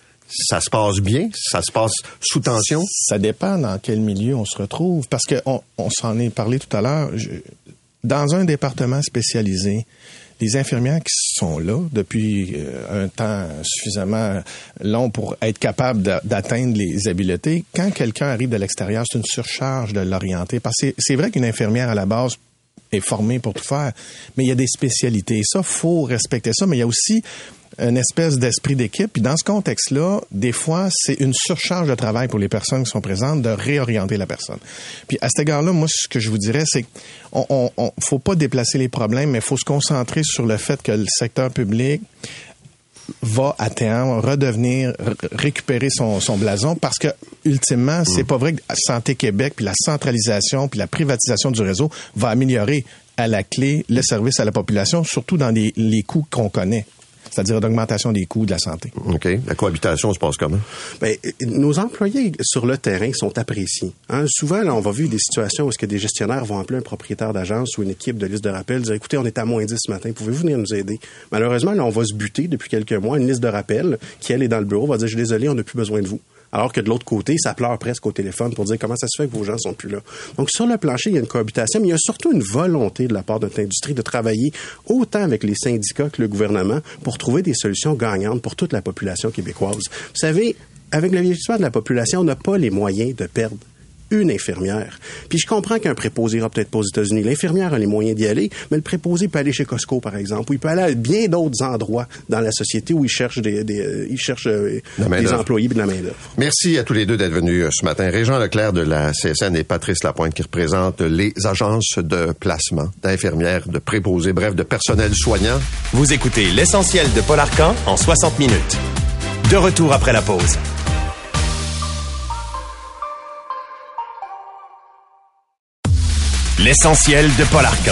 Ça se passe bien? Ça se passe sous tension? Ça dépend dans quel milieu on se retrouve. Parce qu'on s'en est parlé tout à l'heure. Dans un département spécialisé, les infirmières qui sont là depuis un temps suffisamment long pour être capable d'atteindre les habiletés, quand quelqu'un arrive de l'extérieur, c'est une surcharge de l'orienter. Parce que c'est vrai qu'une infirmière, à la base, est formée pour tout faire, mais il y a des spécialités. Et ça, faut respecter ça, mais il y a aussi une espèce d'esprit d'équipe. Puis dans ce contexte-là, des fois, c'est une surcharge de travail pour les personnes qui sont présentes de réorienter la personne. Puis à cet égard-là, moi, ce que je vous dirais, c'est qu'on faut pas déplacer les problèmes, mais il faut se concentrer sur le fait que le secteur public va à terme récupérer son blason parce que ultimement, c'est pas vrai que Santé Québec puis la centralisation puis la privatisation du réseau va améliorer à la clé le service à la population, surtout dans les coûts qu'on connaît. c'est-à-dire d'augmentation des coûts de la santé. OK. La cohabitation se passe comment? Ben, nos employés sur le terrain sont appréciés. Hein? Souvent, là, on va vivre des situations où est-ce que des gestionnaires vont appeler un propriétaire d'agence ou une équipe de liste de rappel, dire, écoutez, on est à moins 10 ce matin, pouvez-vous venir nous aider? Malheureusement, là, on va se buter depuis quelques mois. Une liste de rappel qui, elle, est dans le bureau, va dire, je suis désolé, on n'a plus besoin de vous. Alors que de l'autre côté, ça pleure presque au téléphone pour dire comment ça se fait que vos gens sont plus là. Donc, sur le plancher, il y a une cohabitation, mais il y a surtout une volonté de la part de notre industrie de travailler autant avec les syndicats que le gouvernement pour trouver des solutions gagnantes pour toute la population québécoise. Vous savez, avec le vieillissement de la population, on n'a pas les moyens de perdre une infirmière. Puis je comprends qu'un préposé ira peut-être pas aux États-Unis. L'infirmière a les moyens d'y aller, mais le préposé peut aller chez Costco, par exemple, ou il peut aller à bien d'autres endroits dans la société où il cherche des employés et de la main-d'œuvre. Merci à tous les deux d'être venus ce matin. Régent Leclerc de la CSN et Patrice Lapointe qui représentent les agences de placement d'infirmières, de préposés, bref, de personnel soignant. Vous écoutez l'essentiel de Paul Arcand en 60 minutes. De retour après la pause. L'essentiel de Paul Arcand.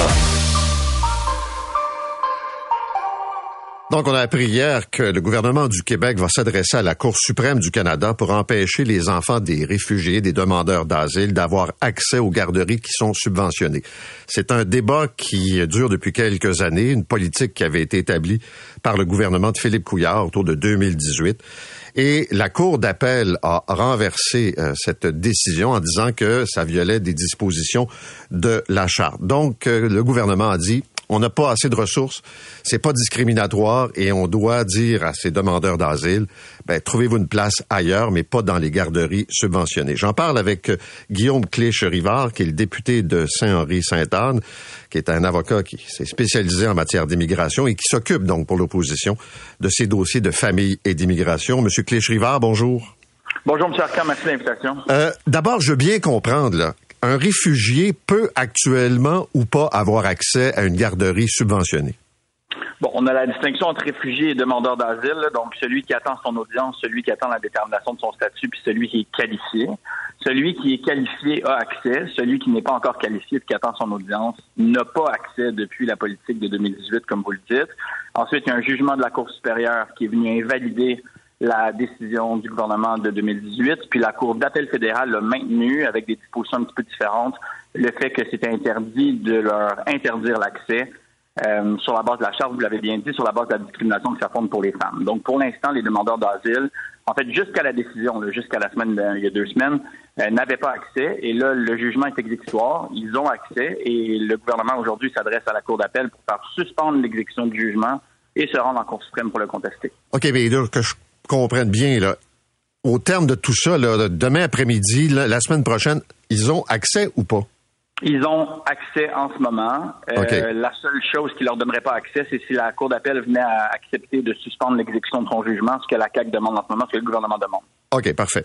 Donc, on a appris hier que le gouvernement du Québec va s'adresser à la Cour suprême du Canada pour empêcher les enfants des réfugiés, des demandeurs d'asile, d'avoir accès aux garderies qui sont subventionnées. C'est un débat qui dure depuis quelques années, une politique qui avait été établie par le gouvernement de Philippe Couillard autour de 2018. Et la Cour d'appel a renversé cette décision en disant que ça violait des dispositions de la Charte. Donc, le gouvernement a dit, on n'a pas assez de ressources, c'est pas discriminatoire et on doit dire à ces demandeurs d'asile, trouvez-vous une place ailleurs, mais pas dans les garderies subventionnées. J'en parle avec Guillaume Clich-Rivard, qui est le député de Saint-Henri-Sainte-Anne, qui est un avocat qui s'est spécialisé en matière d'immigration et qui s'occupe donc pour l'opposition de ces dossiers de famille et d'immigration. Monsieur Clich-Rivard, bonjour. Bonjour, M. Arcand, merci de l'invitation. D'abord, je veux bien comprendre, là, un réfugié peut actuellement ou pas avoir accès à une garderie subventionnée? Bon, on a la distinction entre réfugié et demandeur d'asile, donc celui qui attend son audience, celui qui attend la détermination de son statut, puis celui qui est qualifié. Celui qui est qualifié a accès, celui qui n'est pas encore qualifié et qui attend son audience n'a pas accès depuis la politique de 2018, comme vous le dites. Ensuite, il y a un jugement de la Cour supérieure qui est venu invalider la décision du gouvernement de 2018, puis la Cour d'appel fédérale l'a maintenu avec des dispositions un petit peu différentes, le fait que c'était interdit de leur interdire l'accès sur la base de la Charte, vous l'avez bien dit, sur la base de la discrimination que ça fonde pour les femmes. Donc, pour l'instant, les demandeurs d'asile, en fait, jusqu'à la décision, jusqu'à la semaine, il y a 2 semaines, n'avaient pas accès, et là, le jugement est exécutoire, ils ont accès, et le gouvernement, aujourd'hui, s'adresse à la Cour d'appel pour faire suspendre l'exécution du jugement et se rendre en Cour suprême pour le contester. OK, mais là, que je comprenne bien, là, au terme de tout ça, là, demain après-midi, là, la semaine prochaine, ils ont accès ou pas? Ils ont accès en ce moment. Okay. La seule chose qui leur donnerait pas accès, c'est si la Cour d'appel venait à accepter de suspendre l'exécution de son jugement, ce que la CAQ demande en ce moment, ce que le gouvernement demande. OK, parfait.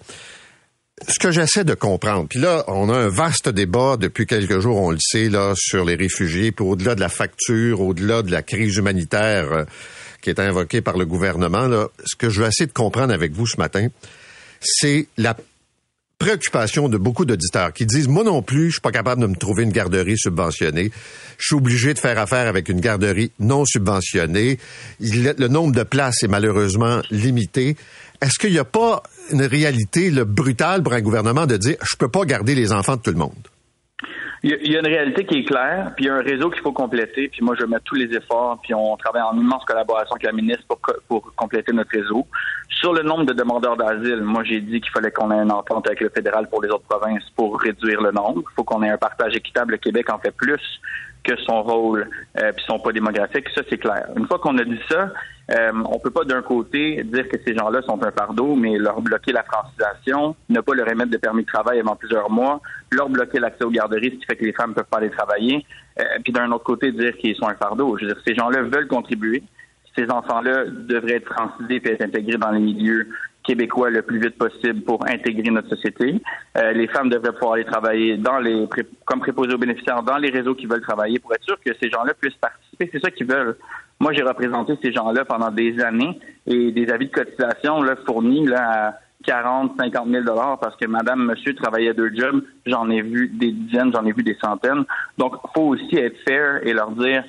Ce que j'essaie de comprendre, puis là, on a un vaste débat depuis quelques jours, on le sait, là, sur les réfugiés, puis au-delà de la facture, au-delà de la crise humanitaire qui est invoquée par le gouvernement, là, ce que je veux essayer de comprendre avec vous ce matin, c'est la préoccupation de beaucoup d'auditeurs qui disent, moi non plus, je suis pas capable de me trouver une garderie subventionnée. Je suis obligé de faire affaire avec une garderie non subventionnée. Le nombre de places est malheureusement limité. Est-ce qu'il n'y a pas une réalité brutale pour un gouvernement de dire, je peux pas garder les enfants de tout le monde? Il y a une réalité qui est claire, puis il y a un réseau qu'il faut compléter, puis moi je mets tous les efforts, puis on travaille en immense collaboration avec la ministre pour compléter notre réseau. Sur le nombre de demandeurs d'asile, moi j'ai dit qu'il fallait qu'on ait une entente avec le fédéral pour les autres provinces pour réduire le nombre. Il faut qu'on ait un partage équitable. Le Québec en fait plus que son rôle puis son poids démographique. Ça, c'est clair. Une fois qu'on a dit ça, on peut pas d'un côté dire que ces gens-là sont un fardeau, mais leur bloquer la francisation, ne pas leur émettre de permis de travail avant plusieurs mois, leur bloquer l'accès aux garderies, ce qui fait que les femmes ne peuvent pas aller travailler, puis d'un autre côté dire qu'ils sont un fardeau. Je veux dire, ces gens-là veulent contribuer. Ces enfants-là devraient être francisés et être intégrés dans les milieux québécois le plus vite possible pour intégrer notre société. Les femmes devraient pouvoir aller travailler comme préposés aux bénéficiaires dans les réseaux qui veulent travailler pour être sûr que ces gens-là puissent participer. C'est ça qu'ils veulent. Moi, j'ai représenté ces gens-là pendant des années et des avis de cotisation fournis à 40, 50 000 $ parce que madame, monsieur travaillaient 2 jobs. J'en ai vu des dizaines, j'en ai vu des centaines. Donc, il faut aussi être fair et leur dire ce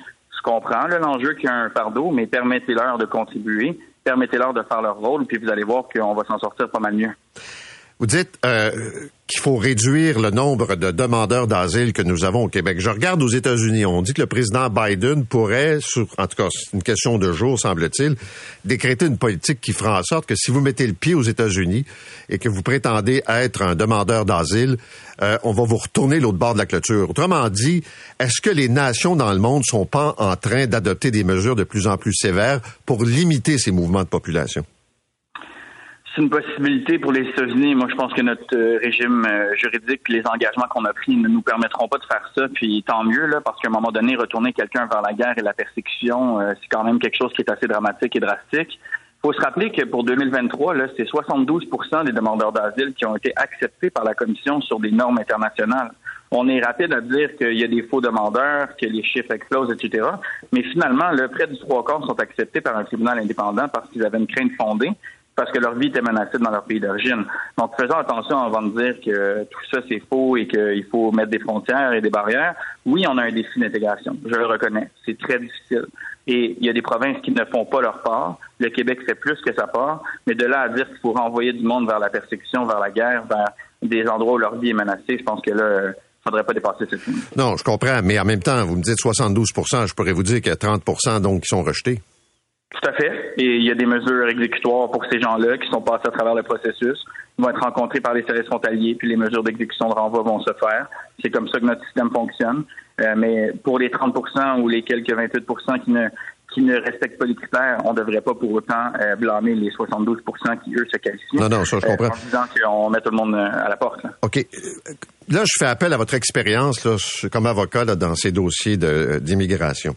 comprends l'enjeu qu'il y a un fardeau, mais permettez-leur de contribuer, permettez-leur de faire leur rôle, puis vous allez voir qu'on va s'en sortir pas mal mieux. Vous dites qu'il faut réduire le nombre de demandeurs d'asile que nous avons au Québec. Je regarde aux États-Unis. On dit que le président Biden pourrait, en tout cas, c'est une question de jour, semble-t-il, décréter une politique qui fera en sorte que si vous mettez le pied aux États-Unis et que vous prétendez être un demandeur d'asile, on va vous retourner l'autre bord de la clôture. Autrement dit, est-ce que les nations dans le monde sont pas en train d'adopter des mesures de plus en plus sévères pour limiter ces mouvements de population? C'est une possibilité pour les États-Unis. Moi, je pense que notre régime juridique et les engagements qu'on a pris ne nous permettront pas de faire ça. Puis tant mieux, là, parce qu'à un moment donné, retourner quelqu'un vers la guerre et la persécution, c'est quand même quelque chose qui est assez dramatique et drastique. Il faut se rappeler que pour 2023, là, c'est 72% des demandeurs d'asile qui ont été acceptés par la Commission sur des normes internationales. On est rapide à dire qu'il y a des faux demandeurs, que les chiffres explosent, etc. Mais finalement, là, près du 3/4 sont acceptés par un tribunal indépendant parce qu'ils avaient une crainte fondée, parce que leur vie était menacée dans leur pays d'origine. Donc, faisons attention avant de dire que tout ça, c'est faux et qu'il faut mettre des frontières et des barrières. Oui, on a un défi d'intégration. Je le reconnais. C'est très difficile. Et il y a des provinces qui ne font pas leur part. Le Québec fait plus que sa part. Mais de là à dire qu'il faut renvoyer du monde vers la persécution, vers la guerre, vers des endroits où leur vie est menacée, je pense que là, faudrait pas dépasser cette ligne. Non, je comprends. Mais en même temps, vous me dites 72%. Je pourrais vous dire qu'il y a 30% donc qui sont rejetés. Tout à fait. Et il y a des mesures exécutoires pour ces gens-là qui sont passés à travers le processus. Ils vont être rencontrés par les services frontaliers, puis les mesures d'exécution de renvoi vont se faire. C'est comme ça que notre système fonctionne. Mais pour les 30% ou les quelques 28% qui ne respectent pas les critères, on ne devrait pas pour autant blâmer les 72% qui, eux, se qualifient. Non, ça, je comprends. En disant qu'on met tout le monde à la porte. Là. OK. Là, je fais appel à votre expérience là, comme avocat là, dans ces dossiers d'immigration.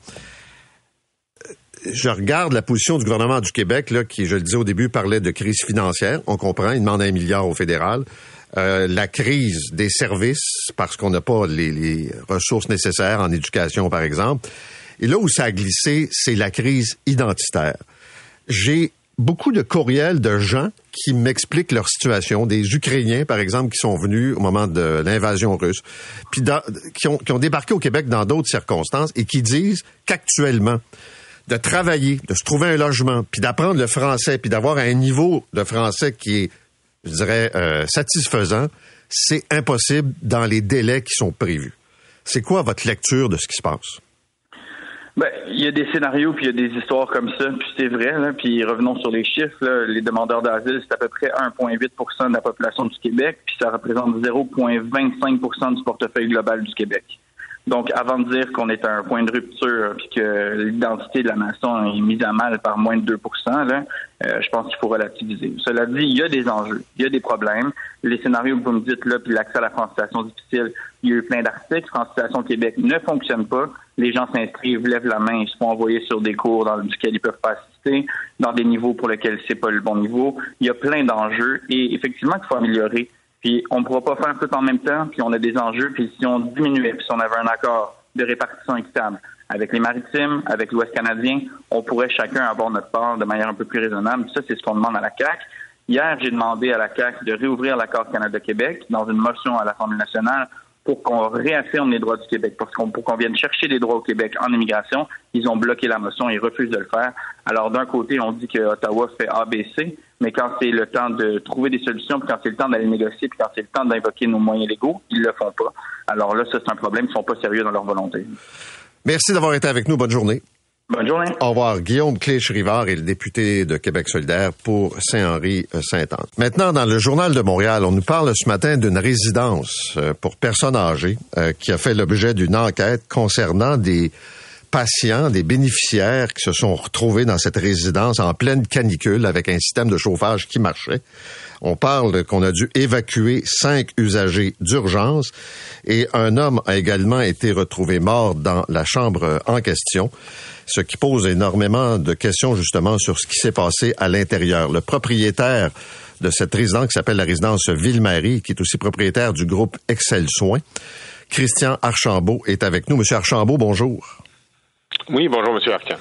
Je regarde la position du gouvernement du Québec, là, qui, je le disais au début, parlait de crise financière. On comprend, il demande 1 milliard au fédéral. La crise des services, parce qu'on n'a pas les ressources nécessaires en éducation, par exemple. Et là où ça a glissé, c'est la crise identitaire. J'ai beaucoup de courriels de gens qui m'expliquent leur situation, des Ukrainiens, par exemple, qui sont venus au moment de l'invasion russe, puis qui ont débarqué au Québec dans d'autres circonstances et qui disent qu'actuellement, de travailler, de se trouver un logement, puis d'apprendre le français, puis d'avoir un niveau de français qui est, je dirais, satisfaisant, c'est impossible dans les délais qui sont prévus. C'est quoi votre lecture de ce qui se passe? Ben, il y a des scénarios, puis il y a des histoires comme ça, puis c'est vrai, là, puis revenons sur les chiffres, là, les demandeurs d'asile, c'est à peu près 1,8% de la population du Québec, puis ça représente 0,25% du portefeuille global du Québec. Donc, avant de dire qu'on est à un point de rupture puis que l'identité de la nation est mise à mal par moins de 2%, là, je pense qu'il faut relativiser. Cela dit, il y a des enjeux, il y a des problèmes. Les scénarios que vous me dites là, puis l'accès à la francisation difficile, il y a eu plein d'articles. Francisation Québec ne fonctionne pas. Les gens s'inscrivent, lèvent la main, ils se font envoyer sur des cours dans lesquels ils peuvent pas assister, dans des niveaux pour lesquels c'est pas le bon niveau. Il y a plein d'enjeux et effectivement qu'il faut améliorer. Puis on ne pourra pas faire tout en même temps, puis on a des enjeux, puis si on diminuait, puis si on avait un accord de répartition équitable avec les maritimes, avec l'Ouest canadien, on pourrait chacun avoir notre part de manière un peu plus raisonnable. Puis ça, c'est ce qu'on demande à la CAQ. Hier, j'ai demandé à la CAQ de réouvrir l'accord Canada-Québec dans une motion à l'Assemblée nationale pour qu'on réaffirme les droits du Québec, pour qu'on vienne chercher les droits au Québec en immigration. Ils ont bloqué la motion, ils refusent de le faire. Alors, d'un côté, on dit que Ottawa fait ABC, mais quand c'est le temps de trouver des solutions, puis quand c'est le temps d'aller négocier, puis quand c'est le temps d'invoquer nos moyens légaux, ils le font pas. Alors là, ça, c'est un problème. Ils sont pas sérieux dans leur volonté. Merci d'avoir été avec nous. Bonne journée. Bonne journée. Au revoir. Guillaume Clich-Rivard est le député de Québec solidaire pour Saint-Henri-Sainte-Anne. Maintenant, dans le Journal de Montréal, on nous parle ce matin d'une résidence pour personnes âgées qui a fait l'objet d'une enquête concernant des patients, des bénéficiaires qui se sont retrouvés dans cette résidence en pleine canicule avec un système de chauffage qui marchait. On parle qu'on a dû évacuer 5 usagers d'urgence et un homme a également été retrouvé mort dans la chambre en question, ce qui pose énormément de questions justement sur ce qui s'est passé à l'intérieur. Le propriétaire de cette résidence qui s'appelle la résidence Ville-Marie, qui est aussi propriétaire du groupe Excel Soins, Christian Archambault, est avec nous. Monsieur Archambault, bonjour. Oui, bonjour, Monsieur Arcan.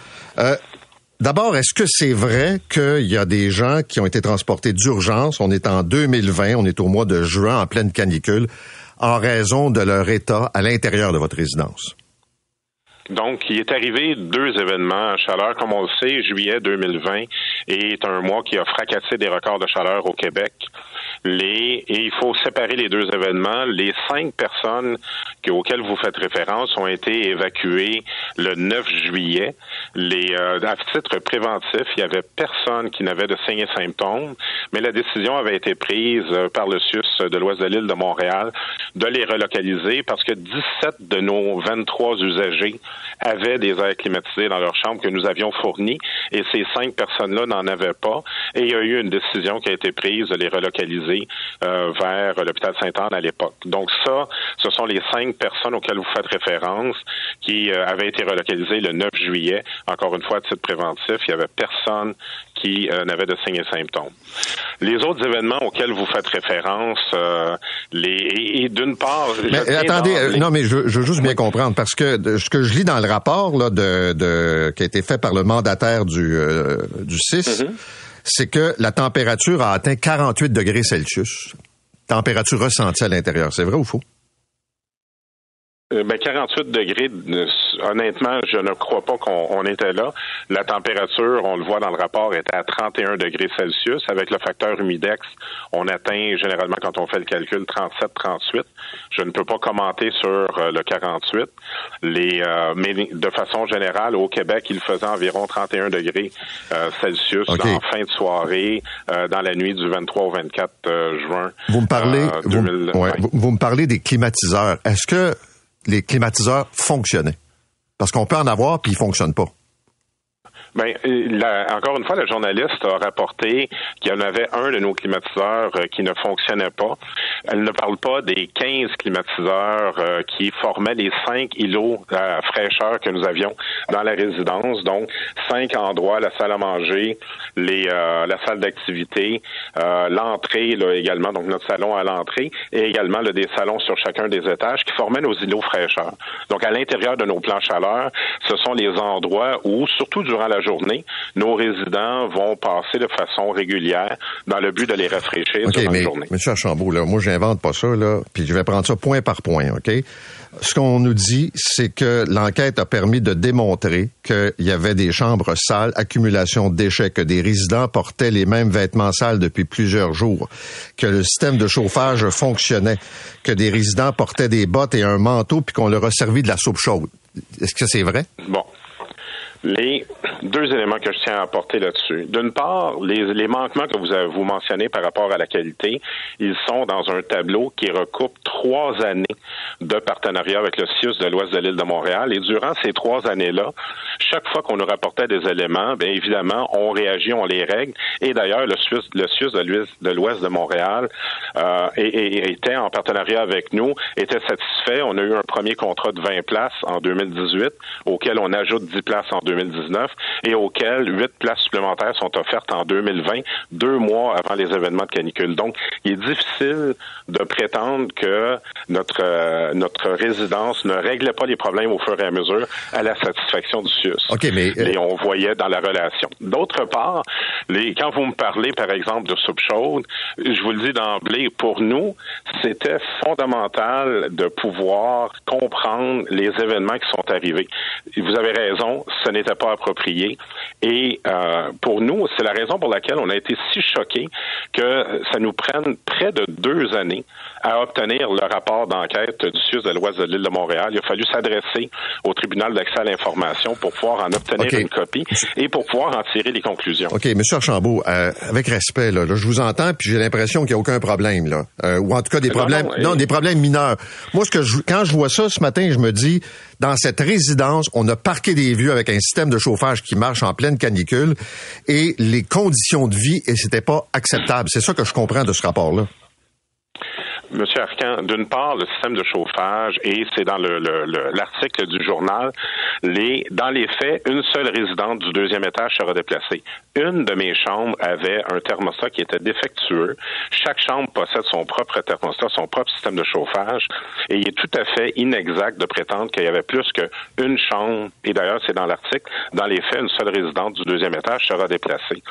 D'abord, est-ce que c'est vrai qu'il y a des gens qui ont été transportés d'urgence? On est en 2020, on est au mois de juin, en pleine canicule, en raison de leur état à l'intérieur de votre résidence? Donc, il est arrivé 2 événements à chaleur. Comme on le sait, juillet 2020 est un mois qui a fracassé des records de chaleur au Québec. Et il faut séparer les 2 événements. Les 5 personnes auxquelles vous faites référence ont été évacuées le 9 juillet. À titre préventif, il n'y avait personne qui n'avait de signes et symptômes, mais la décision avait été prise par le CIUS de l'Ouest de l'île de Montréal de les relocaliser parce que 17 de nos 23 usagers avaient des airs climatisés dans leur chambre que nous avions fournis et ces 5 personnes-là n'en avaient pas. Et il y a eu une décision qui a été prise de les relocaliser vers l'hôpital Sainte-Anne à l'époque. Donc ça, ce sont les 5 personnes auxquelles vous faites référence qui avaient été relocalisées le 9 juillet. Encore une fois, à titre préventif, il n'y avait personne qui n'avait de signes et symptômes. Les autres événements auxquels vous faites référence, et d'une part... Mais attendez, non, mais je veux juste bien comprendre, parce que ce que je lis dans le rapport là, qui a été fait par le mandataire du CIS, c'est que la température a atteint 48 degrés Celsius. Température ressentie à l'intérieur. C'est vrai ou faux? 48 degrés, honnêtement, je ne crois pas qu'on était là. La température, on le voit dans le rapport, était à 31 degrés Celsius. Avec le facteur humidex, on atteint généralement, quand on fait le calcul, 37-38. Je ne peux pas commenter sur le 48. Mais de façon générale, au Québec, il faisait environ 31 degrés Celsius en fin de soirée, dans la nuit du 23 au 24 juin. Vous me parlez des climatiseurs. Est-ce que les climatiseurs fonctionnaient? Parce qu'on peut en avoir, puis ils fonctionnent pas. Encore une fois, le journaliste a rapporté qu'il y en avait un de nos climatiseurs qui ne fonctionnait pas. Elle ne parle pas des 15 climatiseurs qui formaient les 5 îlots à fraîcheur que nous avions dans la résidence. Donc, 5 endroits, la salle à manger, la salle d'activité, l'entrée là, également, donc notre salon à l'entrée, et également des salons sur chacun des étages qui formaient nos îlots fraîcheur. Donc, à l'intérieur de nos plans chaleur, ce sont les endroits où, surtout durant la journée, nos résidents vont passer de façon régulière dans le but de les rafraîchir durant la journée. M. Archambault, là, moi, j'invente pas ça, là, puis je vais prendre ça point par point, OK? Ce qu'on nous dit, c'est que l'enquête a permis de démontrer qu'il y avait des chambres sales, accumulation de déchets, que des résidents portaient les mêmes vêtements sales depuis plusieurs jours, que le système de chauffage fonctionnait, que des résidents portaient des bottes et un manteau puis qu'on leur a servi de la soupe chaude. Est-ce que c'est vrai? Bon. Les 2 éléments que je tiens à apporter là-dessus. D'une part, les manquements que vous mentionnez par rapport à la qualité, ils sont dans un tableau qui recoupe 3 années de partenariat avec le CIUS de l'Ouest de l'île de Montréal. Et durant ces 3 années-là, chaque fois qu'on nous rapportait des éléments, bien évidemment, on réagit, on les règle. Et d'ailleurs, le CIUS de l'Ouest de Montréal était en partenariat avec nous, était satisfait. On a eu un premier contrat de 20 places en 2018, auquel on ajoute 10 places en 2019 et auxquelles 8 places supplémentaires sont offertes en 2020, 2 mois avant les événements de canicule. Donc, il est difficile de prétendre que notre résidence ne réglait pas les problèmes au fur et à mesure à la satisfaction du CIUS. Okay, mais Et on voyait dans la relation. D'autre part, quand vous me parlez, par exemple, de soupe chaude, je vous le dis d'emblée, pour nous, c'était fondamental de pouvoir comprendre les événements qui sont arrivés. Vous avez raison, ce n'était pas approprié. Et pour nous, c'est la raison pour laquelle on a été si choqués que ça nous prenne près de 2 années à obtenir le rapport d'enquête du CIUS de l'Ouest de l'île de Montréal. Il a fallu s'adresser au tribunal d'accès à l'information pour pouvoir en obtenir une copie et pour pouvoir en tirer les conclusions. OK, M. Archambault, avec respect, là, je vous entends, puis j'ai l'impression qu'il n'y a aucun problème, là. Ou en tout cas des problèmes, des problèmes mineurs. Moi, quand je vois ça ce matin, je me dis, dans cette résidence, on a parqué des vieux avec un système de chauffage qui marche en pleine canicule et les conditions de vie, et c'était pas acceptable. C'est ça que je comprends de ce rapport-là. Monsieur Arcan, d'une part, le système de chauffage, et c'est dans l'article du journal, dans les faits, une seule résidente du 2e étage sera déplacée. Une de mes chambres avait un thermostat qui était défectueux. Chaque chambre possède son propre thermostat, son propre système de chauffage, et il est tout à fait inexact de prétendre qu'il y avait plus qu'une chambre, et d'ailleurs, c'est dans l'article, dans les faits, une seule résidente du 2e étage sera déplacée.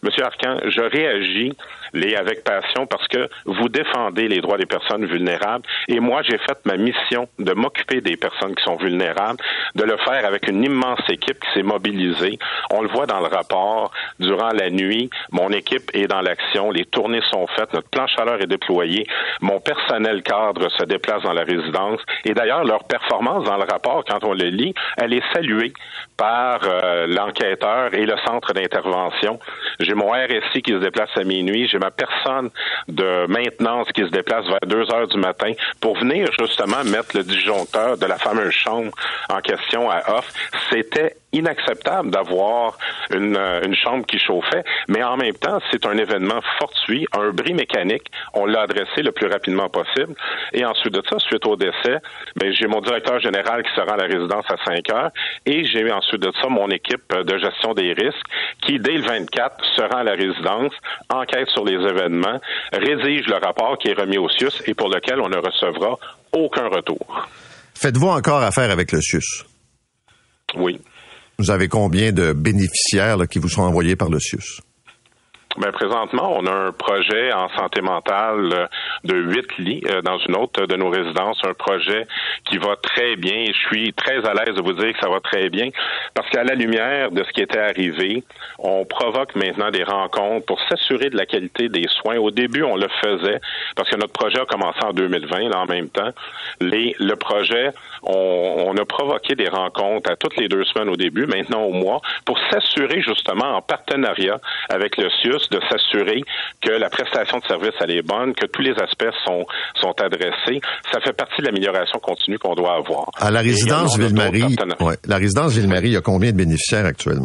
Monsieur Arcan, je réagis avec passion parce que vous défendez les droits des personnes vulnérables et moi, j'ai fait ma mission de m'occuper des personnes qui sont vulnérables, de le faire avec une immense équipe qui s'est mobilisée. On le voit dans le rapport, durant la nuit, mon équipe est dans l'action, les tournées sont faites, notre plan chaleur est déployé, mon personnel cadre se déplace dans la résidence et d'ailleurs, leur performance dans le rapport, quand on le lit, elle est saluée par l'enquêteur et le centre d'intervention. J'ai mon RSI qui se déplace à minuit, j'ai ma personne de maintenance qui se déplace vers 2 heures du matin pour venir justement mettre le disjoncteur de la fameuse chambre en question à off. C'était inacceptable d'avoir une chambre qui chauffait, mais en même temps, c'est un événement fortuit, un bris mécanique. On l'a adressé le plus rapidement possible. Et ensuite de ça, suite au décès, j'ai mon directeur général qui se rend à la résidence à 5 heures et j'ai ensuite de ça mon équipe de gestion des risques qui, dès le 24, se rend à la résidence, enquête sur les événements, rédige le rapport qui est remis au CIUS et pour lequel on ne recevra aucun retour. Faites-vous encore affaire avec le CIUS? Oui. Vous avez combien de bénéficiaires qui vous sont envoyés par le CIUS? Présentement, on a un projet en santé mentale de 8 lits dans une autre de nos résidences, un projet qui va très bien. Je suis très à l'aise de vous dire que ça va très bien parce qu'à la lumière de ce qui était arrivé, on provoque maintenant des rencontres pour s'assurer de la qualité des soins. Au début, on le faisait parce que notre projet a commencé en 2020, là, en même temps. Le projet, on a provoqué des rencontres à toutes les 2 semaines au début, maintenant au mois, pour s'assurer justement en partenariat avec le CIUS de s'assurer que la prestation de service elle est bonne, que tous les aspects sont adressés. Ça fait partie de l'amélioration continue qu'on doit avoir. À la résidence Ville-Marie, la résidence Ville-Marie, il y a combien de bénéficiaires actuellement?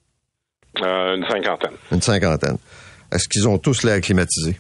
Une cinquantaine. Une cinquantaine. Est-ce qu'ils ont tous l'air climatisé?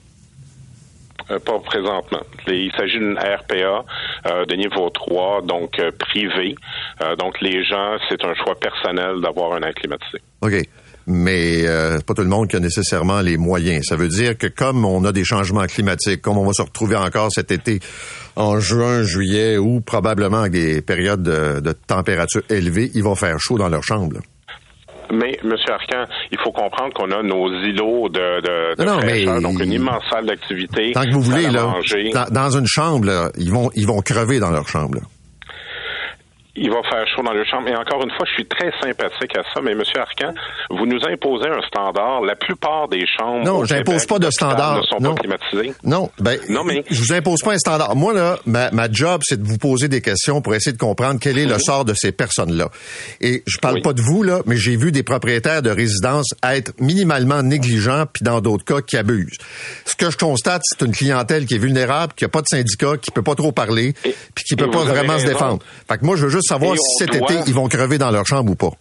Pas présentement. Il s'agit d'une RPA de niveau 3, donc privé. Donc les gens, c'est un choix personnel d'avoir un air climatisé. OK. Mais pas tout le monde qui a nécessairement les moyens. Ça veut dire que comme on a des changements climatiques, comme on va se retrouver encore cet été en juin, juillet, ou probablement avec des périodes de température élevée, il va faire chaud dans leur chambre. Là. Mais, M. Arcan, il faut comprendre qu'on a nos îlots de fraîcheur, donc une immense salle d'activité. Tant que vous voulez, là, dans une chambre, là, ils vont crever dans leur chambre. Là. Il va faire chaud dans le chambre. Et encore une fois, je suis très sympathique à ça, mais M. Arcan, vous nous imposez un standard. La plupart des chambres... Non, j'impose pas de standard. ...ne sont pas climatisées. Non, mais je vous impose pas un standard. Moi, là, ma job, c'est de vous poser des questions pour essayer de comprendre quel est le sort de ces personnes-là. Et je parle pas de vous, là, mais j'ai vu des propriétaires de résidences être minimalement négligents, puis dans d'autres cas, qui abusent. Ce que je constate, c'est une clientèle qui est vulnérable, qui a pas de syndicat, qui peut pas trop parler, puis qui peut pas vraiment se défendre. Fait que moi, je veux juste savoir si cet été, ils vont crever dans leur chambre ou pas.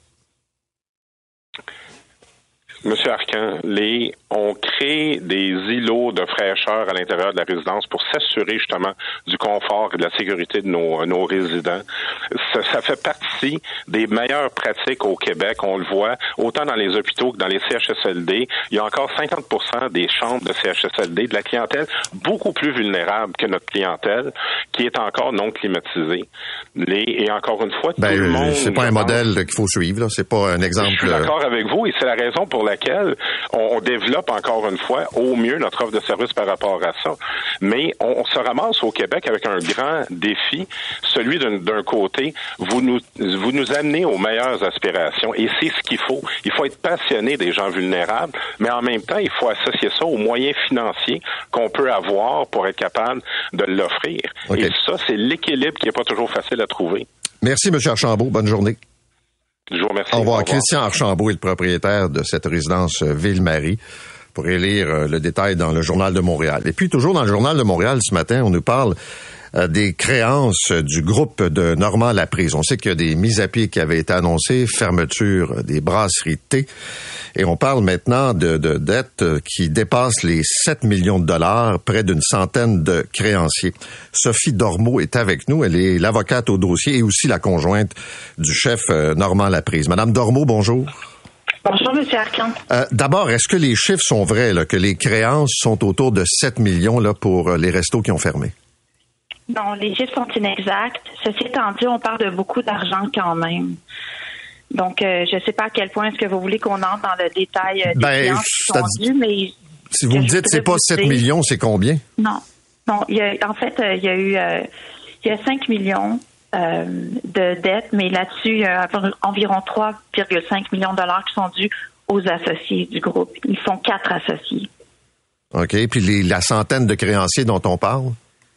Monsieur Arcan, on crée des îlots de fraîcheur à l'intérieur de la résidence pour s'assurer justement du confort et de la sécurité de nos résidents. Ça fait partie des meilleures pratiques au Québec. On le voit autant dans les hôpitaux que dans les CHSLD. Il y a encore 50% des chambres de CHSLD, de la clientèle beaucoup plus vulnérable que notre clientèle, qui est encore non climatisée. Et encore une fois, tout le monde... C'est pas un modèle qu'il faut suivre, là. C'est pas un exemple... Je suis d'accord avec vous et c'est la raison pour laquelle on développe encore une fois au mieux notre offre de service par rapport à ça. Mais on se ramasse au Québec avec un grand défi, celui d'un côté, vous nous amenez aux meilleures aspirations et c'est ce qu'il faut. Il faut être passionné des gens vulnérables, mais en même temps, il faut associer ça aux moyens financiers qu'on peut avoir pour être capable de l'offrir. Okay. Et ça, c'est l'équilibre qui n'est pas toujours facile à trouver. Merci, M. Archambault. Bonne journée. Je vous remercie. Au revoir. Christian Archambault est le propriétaire de cette résidence Ville-Marie. Vous pourrez lire le détail dans le Journal de Montréal. Et puis, toujours dans le Journal de Montréal, ce matin, on nous parle des créances du groupe de Normand Laprise. On sait qu'il y a des mises à pied qui avaient été annoncées, fermeture des brasseries de thé. Et on parle maintenant de dettes qui dépassent les 7 millions de dollars, près d'une centaine de créanciers. Sophie Dormeau est avec nous. Elle est l'avocate au dossier et aussi la conjointe du chef Normand Laprise. Madame Dormeau, bonjour. Bonjour, M. Arcan. D'abord, est-ce que les chiffres sont vrais, là, que les créances sont autour de 7 millions là, pour les restos qui ont fermé? Non, les chiffres sont inexacts. Ceci étant dit, on parle de beaucoup d'argent quand même. Donc, je ne sais pas à quel point est-ce que vous voulez qu'on entre dans le détail des créances qui sont dues, mais... Si vous me dites c'est pas 7 millions, c'est combien? Non, il y a 5 millions de dettes, mais là-dessus, il y a environ 3,5 millions de dollars qui sont dus aux associés du groupe. Ils sont 4 associés. OK. Puis la centaine de créanciers dont on parle?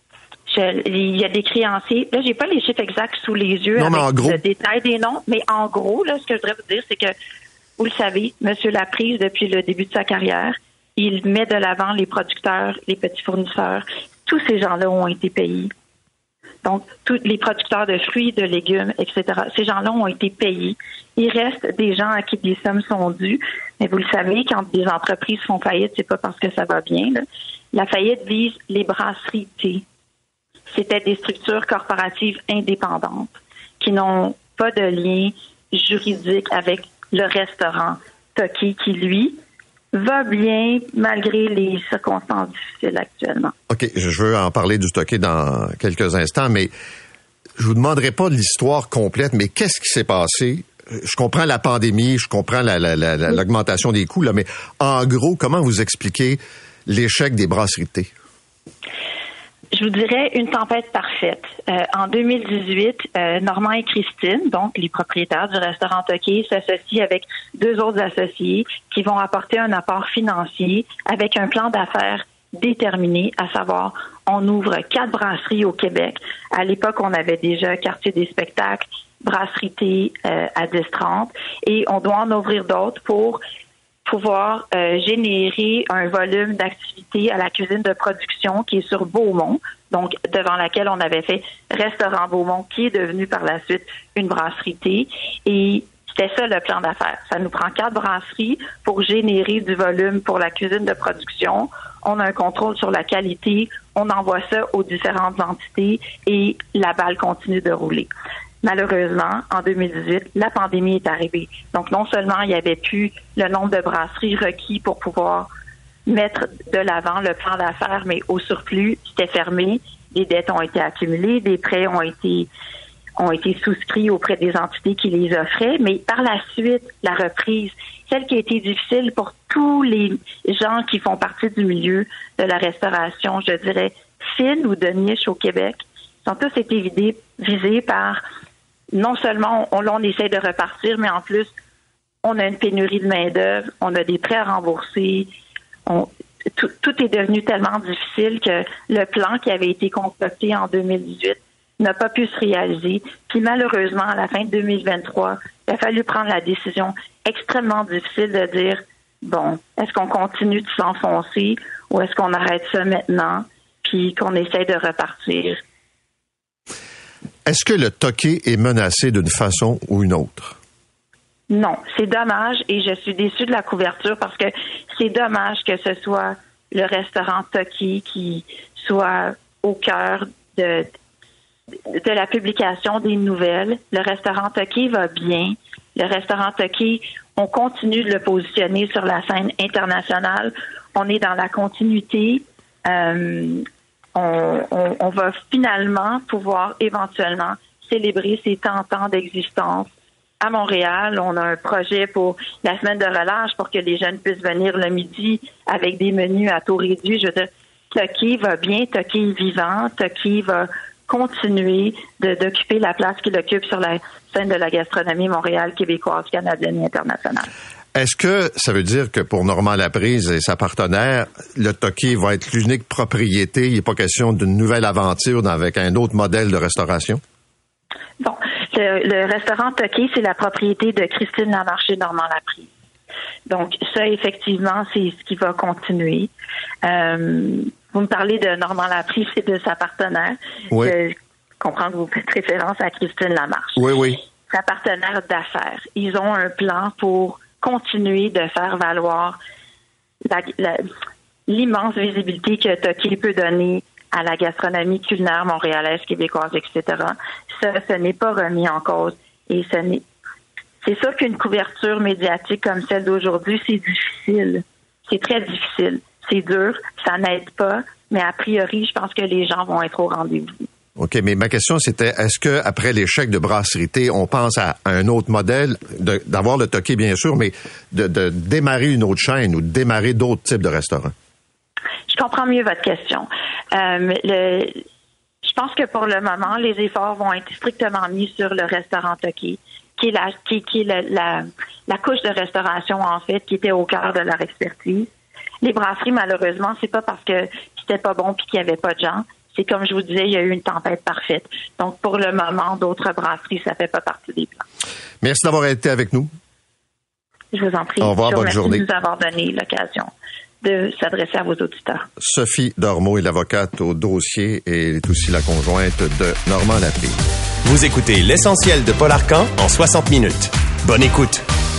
Il y a des créanciers. Là, j'ai pas les chiffres exacts sous les yeux avec le détail des noms, mais en gros, là, ce que je voudrais vous dire, c'est que, vous le savez, M. Laprise, depuis le début de sa carrière, il met de l'avant les producteurs, les petits fournisseurs. Tous ces gens-là ont été payés. Donc, tous les producteurs de fruits, de légumes, etc., ces gens-là ont été payés. Il reste des gens à qui des sommes sont dues. Mais vous le savez, quand des entreprises font faillite, c'est pas parce que ça va bien, là. La faillite vise les brasseries thé. C'était des structures corporatives indépendantes qui n'ont pas de lien juridique avec le restaurant Toki qui, lui, va bien malgré les circonstances difficiles actuellement. OK, je veux en parler du Toki dans quelques instants, mais je vous demanderai pas de l'histoire complète, mais qu'est-ce qui s'est passé? Je comprends la pandémie, je comprends l'augmentation des coûts, là, mais en gros, comment vous expliquez l'échec des brasseries de thé? Je vous dirais une tempête parfaite. En 2018, Normand et Christine, donc les propriétaires du restaurant Toki, s'associent avec 2 autres associés qui vont apporter un apport financier avec un plan d'affaires déterminé, à savoir, on ouvre 4 brasseries au Québec. À l'époque, on avait déjà Quartier des spectacles, brasserie thé à 10-30, et on doit en ouvrir d'autres pour pouvoir générer un volume d'activité à la cuisine de production qui est sur Beaumont, donc devant laquelle on avait fait Restaurant Beaumont, qui est devenu par la suite une brasserie thé. Et c'était ça le plan d'affaires. Ça nous prend 4 brasseries pour générer du volume pour la cuisine de production. On a un contrôle sur la qualité, on envoie ça aux différentes entités et la balle continue de rouler. Malheureusement, en 2018, la pandémie est arrivée. Donc, non seulement il n'y avait plus le nombre de brasseries requis pour pouvoir mettre de l'avant le plan d'affaires, mais au surplus, c'était fermé. Des dettes ont été accumulées, des prêts ont été souscrits auprès des entités qui les offraient. Mais par la suite, la reprise, celle qui a été difficile pour tous les gens qui font partie du milieu de la restauration, je dirais, fine ou de niche au Québec, ont tous été visés par... Non seulement on essaie de repartir, mais en plus, on a une pénurie de main-d'œuvre, on a des prêts à rembourser. Tout est devenu tellement difficile que le plan qui avait été concocté en 2018 n'a pas pu se réaliser. Puis malheureusement, à la fin de 2023, il a fallu prendre la décision extrêmement difficile de dire, bon, est-ce qu'on continue de s'enfoncer ou est-ce qu'on arrête ça maintenant puis qu'on essaie de repartir? Est-ce que le Toki est menacé d'une façon ou une autre? Non, c'est dommage et je suis déçue de la couverture parce que c'est dommage que ce soit le restaurant Toki qui soit au cœur de la publication des nouvelles. Le restaurant Toki va bien. Le restaurant Toki, on continue de le positionner sur la scène internationale. On est dans la continuité. On va finalement pouvoir éventuellement célébrer ces 30 ans d'existence. À Montréal, on a un projet pour la semaine de relâche pour que les jeunes puissent venir le midi avec des menus à taux réduit. Je veux dire, Toki va bien, Toki est vivant, Toki va continuer d'occuper la place qu'il occupe sur la scène de la gastronomie Montréal, québécoise, canadienne et internationale. Est-ce que ça veut dire que pour Normand Laprise et sa partenaire, le Toki va être l'unique propriété? Il n'est pas question d'une nouvelle aventure avec un autre modèle de restauration? Bon, le restaurant Toki, c'est la propriété de Christine Lamarche et Normand Laprise. Donc, ça, effectivement, c'est ce qui va continuer. Vous me parlez de Normand Laprise et de sa partenaire. Oui. Je comprends que vous faites référence à Christine Lamarche. Oui, oui. Sa partenaire d'affaires. Ils ont un plan pour continuer de faire valoir l'immense visibilité que Toki peut donner à la gastronomie culinaire montréalaise, québécoise, etc. Ça, ce n'est pas remis en cause. Et c'est sûr qu'une couverture médiatique comme celle d'aujourd'hui, c'est difficile. C'est très difficile. C'est dur, ça n'aide pas, mais a priori, je pense que les gens vont être au rendez-vous. OK, mais ma question, c'était, est-ce que après l'échec de Brasserie T, on pense à un autre modèle, d'avoir le Toqué, bien sûr, mais de démarrer une autre chaîne ou de démarrer d'autres types de restaurants? Je comprends mieux votre question. Je pense que pour le moment, les efforts vont être strictement mis sur le restaurant Toqué, qui est la couche de restauration, en fait, qui était au cœur de leur expertise. Les brasseries, malheureusement, c'est pas parce que c'était pas bon puis qu'il y avait pas de gens. C'est comme je vous disais, il y a eu une tempête parfaite. Donc, pour le moment, d'autres brasseries, ça fait pas partie des plans. Merci d'avoir été avec nous. Je vous en prie. Au revoir, bonne journée. Merci de nous avoir donné l'occasion de s'adresser à vos auditeurs. Sophie Dormeau est l'avocate au dossier et elle est aussi la conjointe de Normand Laprise. Vous écoutez l'essentiel de Paul Arcand en 60 minutes. Bonne écoute.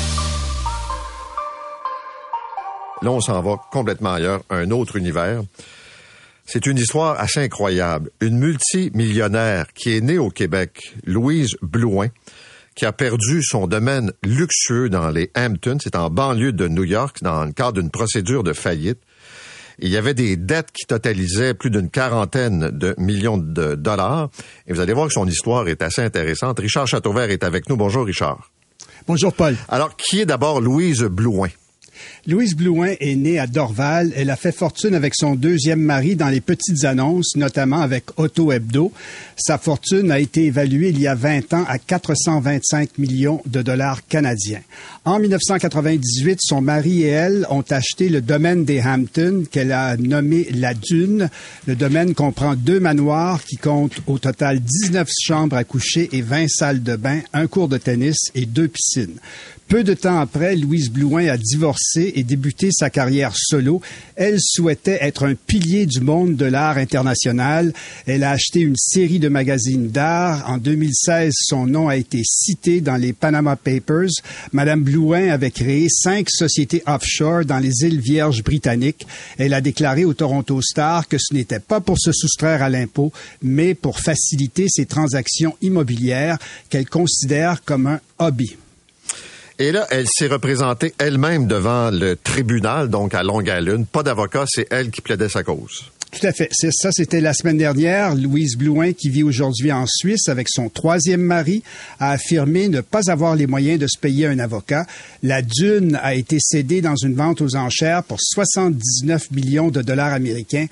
Là, on s'en va complètement ailleurs, un autre univers. C'est une histoire assez incroyable. Une multimillionnaire qui est née au Québec, Louise Blouin, qui a perdu son domaine luxueux dans les Hamptons, c'est en banlieue de New York, dans le cadre d'une procédure de faillite. Il y avait des dettes qui totalisaient plus d'une 40aine de millions de dollars. Et vous allez voir que son histoire est assez intéressante. Richard Chateauvert est avec nous. Bonjour, Richard. Bonjour, Paul. Alors, qui est d'abord Louise Blouin? Louise Blouin est née à Dorval. Elle a fait fortune avec son deuxième mari dans les petites annonces, notamment avec Auto Hebdo. Sa fortune a été évaluée il y a 20 ans à 425 millions de dollars canadiens. En 1998, son mari et elle ont acheté le domaine des Hamptons qu'elle a nommé La Dune. Le domaine comprend 2 manoirs qui comptent au total 19 chambres à coucher et 20 salles de bain, un cours de tennis et 2 piscines. Peu de temps après, Louise Blouin a divorcé et débuté sa carrière solo. Elle souhaitait être un pilier du monde de l'art international. Elle a acheté une série de magazines d'art. En 2016, son nom a été cité dans les Panama Papers. Madame Blouin avait créé 5 sociétés offshore dans les îles Vierges britanniques. Elle a déclaré au Toronto Star que ce n'était pas pour se soustraire à l'impôt, mais pour faciliter ses transactions immobilières qu'elle considère comme un hobby. Et là, elle s'est représentée elle-même devant le tribunal, donc à Longue-Allune. Pas d'avocat, c'est elle qui plaidait sa cause. Tout à fait. Ça, c'était la semaine dernière. Louise Blouin, qui vit aujourd'hui en Suisse avec son 3e mari, a affirmé ne pas avoir les moyens de se payer un avocat. La Dune a été cédée dans une vente aux enchères pour 79 millions de dollars américains,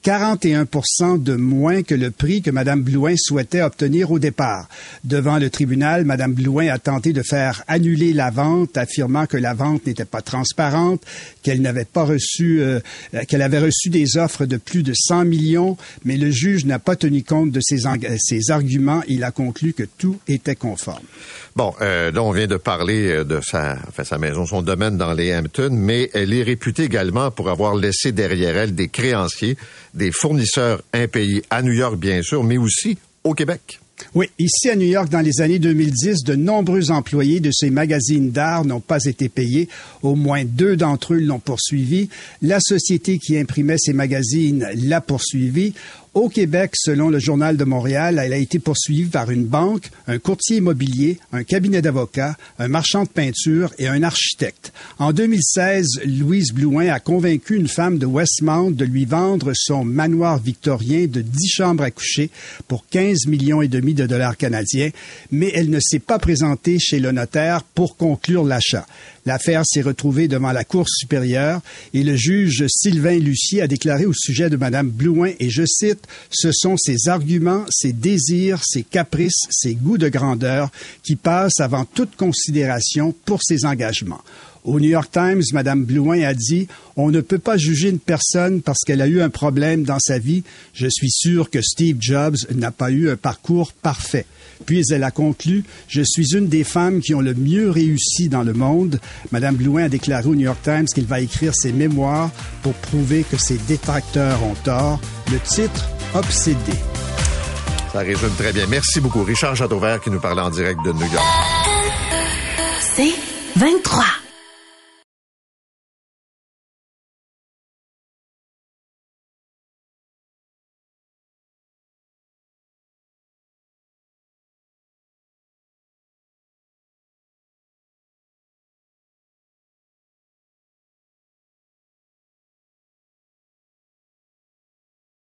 41% de moins que le prix que Mme Blouin souhaitait obtenir au départ. Devant le tribunal, Mme Blouin a tenté de faire annuler la vente, affirmant que la vente n'était pas transparente, qu'elle avait reçu des offres de plus de 100 millions, mais le juge n'a pas tenu compte de ses arguments. Il a conclu que tout était conforme. Bon, là, on vient de parler de sa maison, son domaine dans les Hamptons, mais elle est réputée également pour avoir laissé derrière elle des créanciers, des fournisseurs impayés à New York, bien sûr, mais aussi au Québec. Oui, ici à New York, dans les années 2010, de nombreux employés de ces magazines d'art n'ont pas été payés. Au moins 2 d'entre eux l'ont poursuivi. La société qui imprimait ces magazines l'a poursuivi. Au Québec, selon le Journal de Montréal, elle a été poursuivie par une banque, un courtier immobilier, un cabinet d'avocats, un marchand de peinture et un architecte. En 2016, Louise Blouin a convaincu une femme de Westmount de lui vendre son manoir victorien de 10 chambres à coucher pour 15 millions et demi de dollars canadiens, mais elle ne s'est pas présentée chez le notaire pour conclure l'achat. L'affaire s'est retrouvée devant la Cour supérieure et le juge Sylvain Lucier a déclaré au sujet de Mme Blouin, et je cite, « Ce sont ses arguments, ses désirs, ses caprices, ses goûts de grandeur qui passent avant toute considération pour ses engagements. » Au New York Times, Mme Blouin a dit « On ne peut pas juger une personne parce qu'elle a eu un problème dans sa vie. Je suis sûr que Steve Jobs n'a pas eu un parcours parfait. » Puis elle a conclu « Je suis une des femmes qui ont le mieux réussi dans le monde. » Mme Blouin a déclaré au New York Times qu'elle va écrire ses mémoires pour prouver que ses détracteurs ont tort. Le titre « Obsédé ». Ça résume très bien. Merci beaucoup. Richard Chateauvert qui nous parlait en direct de New York. C'est 23.